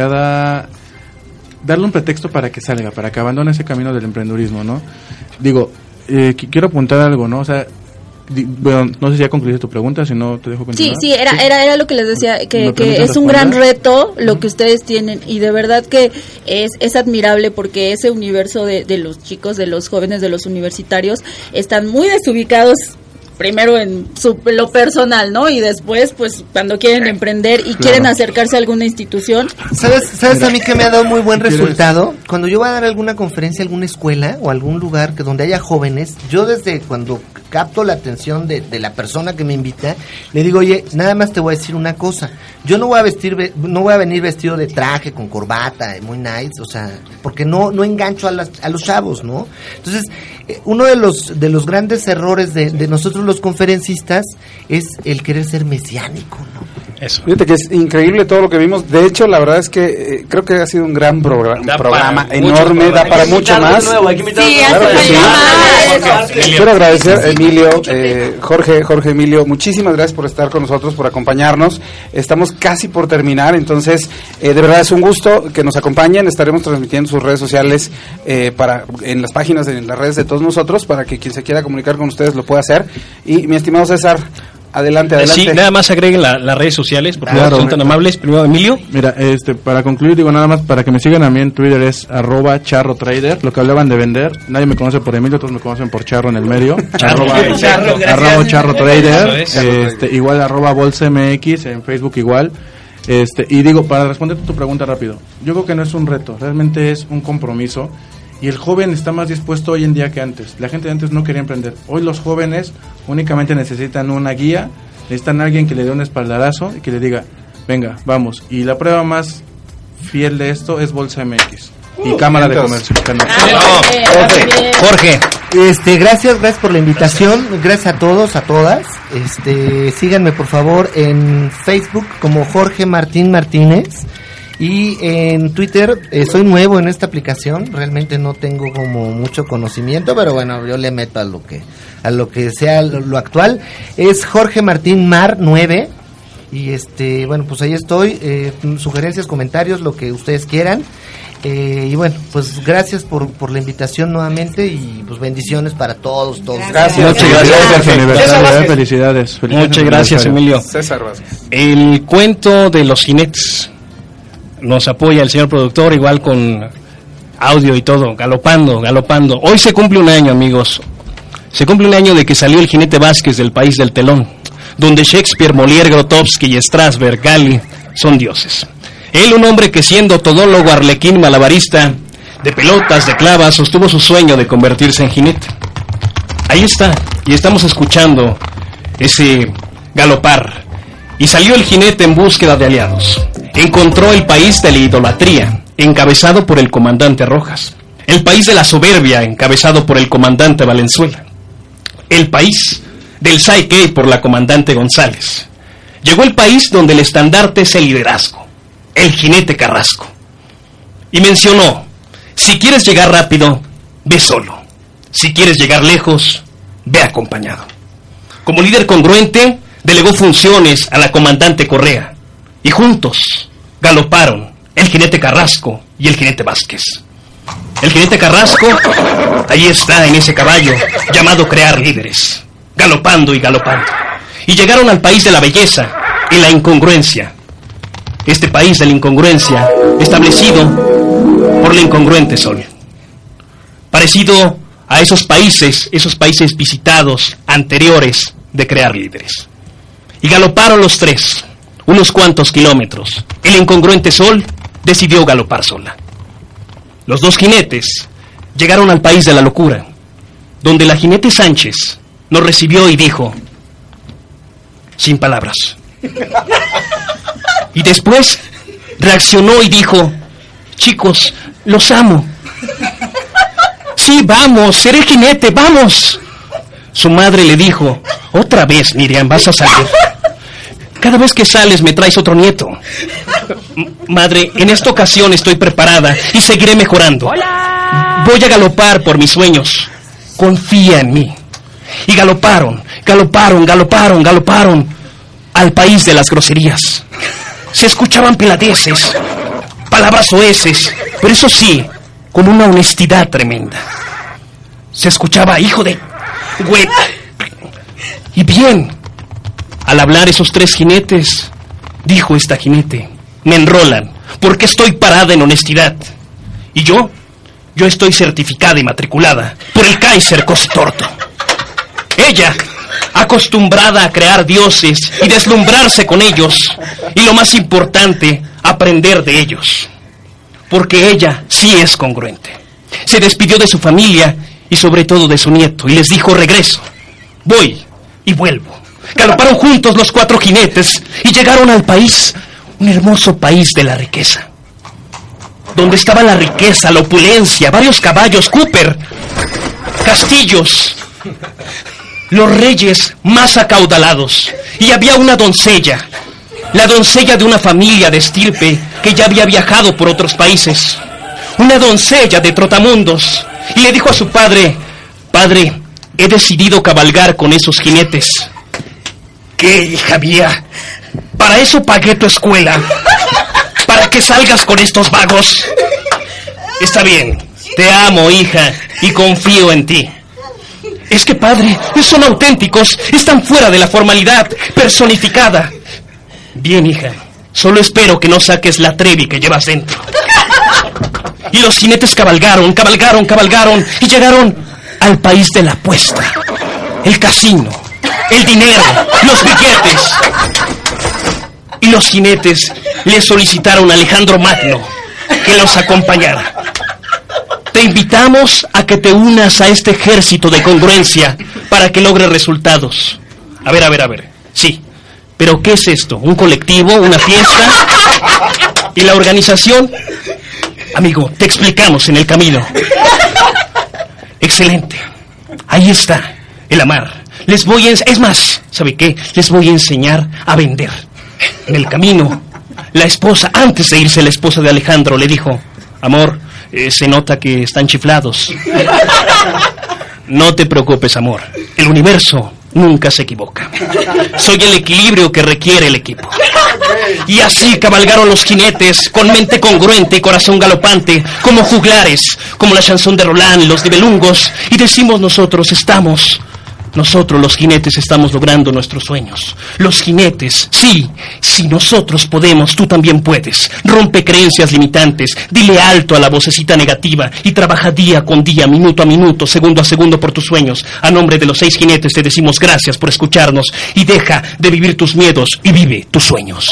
un pretexto para que salga, para que abandone ese camino del emprendurismo, ¿no? Digo, quiero apuntar algo, ¿no? O sea, bueno, no sé si ya concluiste tu pregunta, si no te dejo continuar. Sí, era lo que les decía, que es un gran reto lo que ustedes tienen, y de verdad que es admirable, porque ese universo de los chicos, de los jóvenes, de los universitarios, están muy desubicados, primero en lo personal, ¿no? Y después, pues, cuando quieren emprender y quieren acercarse a alguna institución. ¿Sabes a mí que me ha dado muy buen resultado? Cuando yo voy a dar alguna conferencia a alguna escuela o algún lugar donde haya jóvenes, yo desde cuando capto la atención de la persona que me invita, le digo, oye, nada más te voy a decir una cosa, yo no voy a venir vestido de traje, con corbata, muy nice, o sea, porque no engancho a los chavos, ¿no? Entonces, uno de los grandes errores de nosotros los conferencistas es el querer ser mesiánico, ¿no? Eso. Fíjate que es increíble todo lo que vimos. De hecho, la verdad es que creo que ha sido un gran programa enorme, da para mucho más. Quiero agradecer a Emilio, Jorge Emilio, muchísimas gracias por estar con nosotros, por acompañarnos. Estamos casi por terminar, entonces de verdad es un gusto que nos acompañen. Estaremos transmitiendo sus redes sociales en las páginas, en las redes de todos nosotros, para que quien se quiera comunicar con ustedes lo pueda hacer. Y mi estimado César, adelante. Sí, nada más agreguen las redes sociales, por favor, son tan amables. Primero, Emilio. Mira, para concluir, digo nada más, para que me sigan a mí en Twitter es @charrotrader, lo que hablaban de vender. Nadie me conoce por Emilio, todos me conocen por Charro en el medio. @charrotrader, igual @bolsamx en Facebook igual. Y digo, para responder tu pregunta rápido, yo creo que no es un reto, realmente es un compromiso. Y el joven está más dispuesto hoy en día que antes. La gente de antes no quería emprender. Hoy los jóvenes únicamente necesitan una guía, necesitan a alguien que le dé un espaldarazo y que le diga, venga, vamos. Y la prueba más fiel de esto es Bolsa MX y Cámara de Comercio. Jorge. Gracias por la invitación. Gracias a todos, a todas. Síganme por favor en Facebook como Jorge Martín Martínez. Y en Twitter, soy nuevo en esta aplicación, realmente no tengo como mucho conocimiento, pero bueno, yo le meto a lo que sea lo actual. Es Jorge Martín Mar 9 y bueno, pues ahí estoy, sugerencias, comentarios, lo que ustedes quieran. Y bueno, pues gracias por la invitación nuevamente y pues bendiciones para todos. Gracias. Felicidades. Muchas gracias, Emilio. César Vázquez. El cuento de los jinetes. Nos apoya el señor productor, igual con audio y todo, galopando. Hoy se cumple un año, amigos. Se cumple un año de que salió el jinete Vázquez del país del telón, donde Shakespeare, Molière, Grotowski y Strasberg, Gali son dioses. Él, un hombre que siendo todólogo, arlequín, malabarista, de pelotas, de clavas, sostuvo su sueño de convertirse en jinete. Ahí está, y estamos escuchando ese galopar. Y salió el jinete en búsqueda de aliados. Encontró el país de la idolatría, encabezado por el comandante Rojas. El país de la soberbia, encabezado por el comandante Valenzuela. El país del Psyche por la comandante González. Llegó el país donde el estandarte es el liderazgo, el jinete Carrasco. Y mencionó, si quieres llegar rápido, ve solo. Si quieres llegar lejos, ve acompañado. Como líder congruente, delegó funciones a la comandante Correa. Y juntos galoparon el jinete Carrasco y el jinete Vázquez. El jinete Carrasco, ahí está en ese caballo llamado crear líderes, galopando y galopando. Y llegaron al país de la belleza y la incongruencia. Este país de la incongruencia, establecido por la incongruente sol. Parecido a esos países visitados anteriores de crear líderes. Y galoparon los tres, unos cuantos kilómetros. El incongruente sol decidió galopar sola. Los dos jinetes llegaron al país de la locura, donde la jinete Sánchez nos recibió y dijo, sin palabras. Y después reaccionó y dijo, chicos, los amo. Sí, vamos, seré jinete, vamos. Su madre le dijo, otra vez, Miriam, vas a salir. Cada vez que sales me traes otro nieto. Madre, en esta ocasión estoy preparada y seguiré mejorando. ¡Hola! Voy a galopar por mis sueños. Confía en mí. Y galoparon al país de las groserías. Se escuchaban peladeces, palabras soeces, pero eso sí, con una honestidad tremenda. Se escuchaba hijo de... Y bien, al hablar esos tres jinetes, dijo esta jinete, me enrolan, porque estoy parada en honestidad. Y yo estoy certificada y matriculada por el Kaiser Cositorto. Ella, acostumbrada a crear dioses y deslumbrarse con ellos, y lo más importante, aprender de ellos. Porque ella sí es congruente. Se despidió de su familia y sobre todo de su nieto, y les dijo, regreso. voy y vuelvo. Galoparon juntos los 4 jinetes y llegaron al país, un hermoso país de la riqueza. Donde estaba la riqueza, la opulencia, varios caballos, Cooper, castillos, los reyes más acaudalados. Y había una doncella, la doncella de una familia de estirpe que ya había viajado por otros países. Una doncella de trotamundos. Y le dijo a su padre: padre, he decidido cabalgar con esos jinetes. ¿Qué, hija mía? Para eso pagué tu escuela. ¿Para que salgas con estos vagos? Está bien, te amo, hija, y confío en ti. Es que, padre, son auténticos, están fuera de la formalidad personificada. Bien, hija, solo espero que no saques la Trevi que llevas dentro. Y los jinetes cabalgaron y llegaron al país de la apuesta, el casino, el dinero, los billetes. Y los jinetes le solicitaron a Alejandro Magno que los acompañara. Te invitamos a que te unas a este ejército de congruencia para que logre resultados. A ver. Sí, pero ¿qué es esto? ¿Un colectivo? ¿Una fiesta? ¿Y la organización? Amigo, te explicamos en el camino. Excelente. Ahí está, el amar. Les voy a... Es más, ¿sabe qué? Les voy a enseñar a vender. En el camino, la esposa, antes de irse la esposa de Alejandro, le dijo: amor, se nota que están chiflados. No te preocupes, amor. El universo nunca se equivoca. Soy el equilibrio que requiere el equipo. Y así cabalgaron los jinetes, con mente congruente y corazón galopante, como juglares, como la chanson de Roland, los nibelungos. Y decimos nosotros los jinetes estamos logrando nuestros sueños. Los jinetes, sí, si nosotros podemos, tú también puedes. Rompe creencias limitantes, dile alto a la vocecita negativa y trabaja día con día, minuto a minuto, segundo a segundo por tus sueños. A nombre de los 6 jinetes te decimos gracias por escucharnos y deja de vivir tus miedos y vive tus sueños.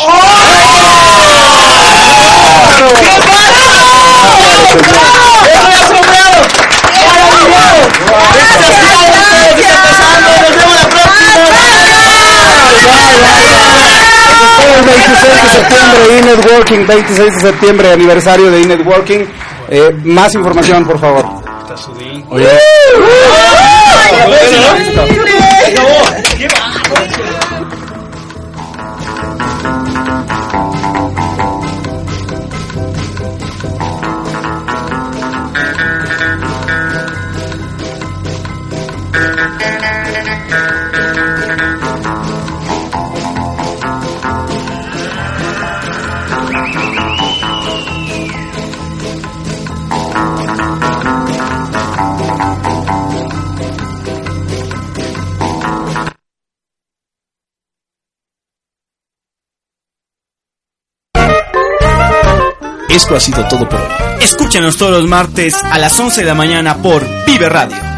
El 26 de septiembre, e-networking, 26 de septiembre, aniversario de e-networking. Más información, por favor. Oye. Esto ha sido todo por hoy. Escúchanos todos los martes a las 11 de la mañana por Vive Radio.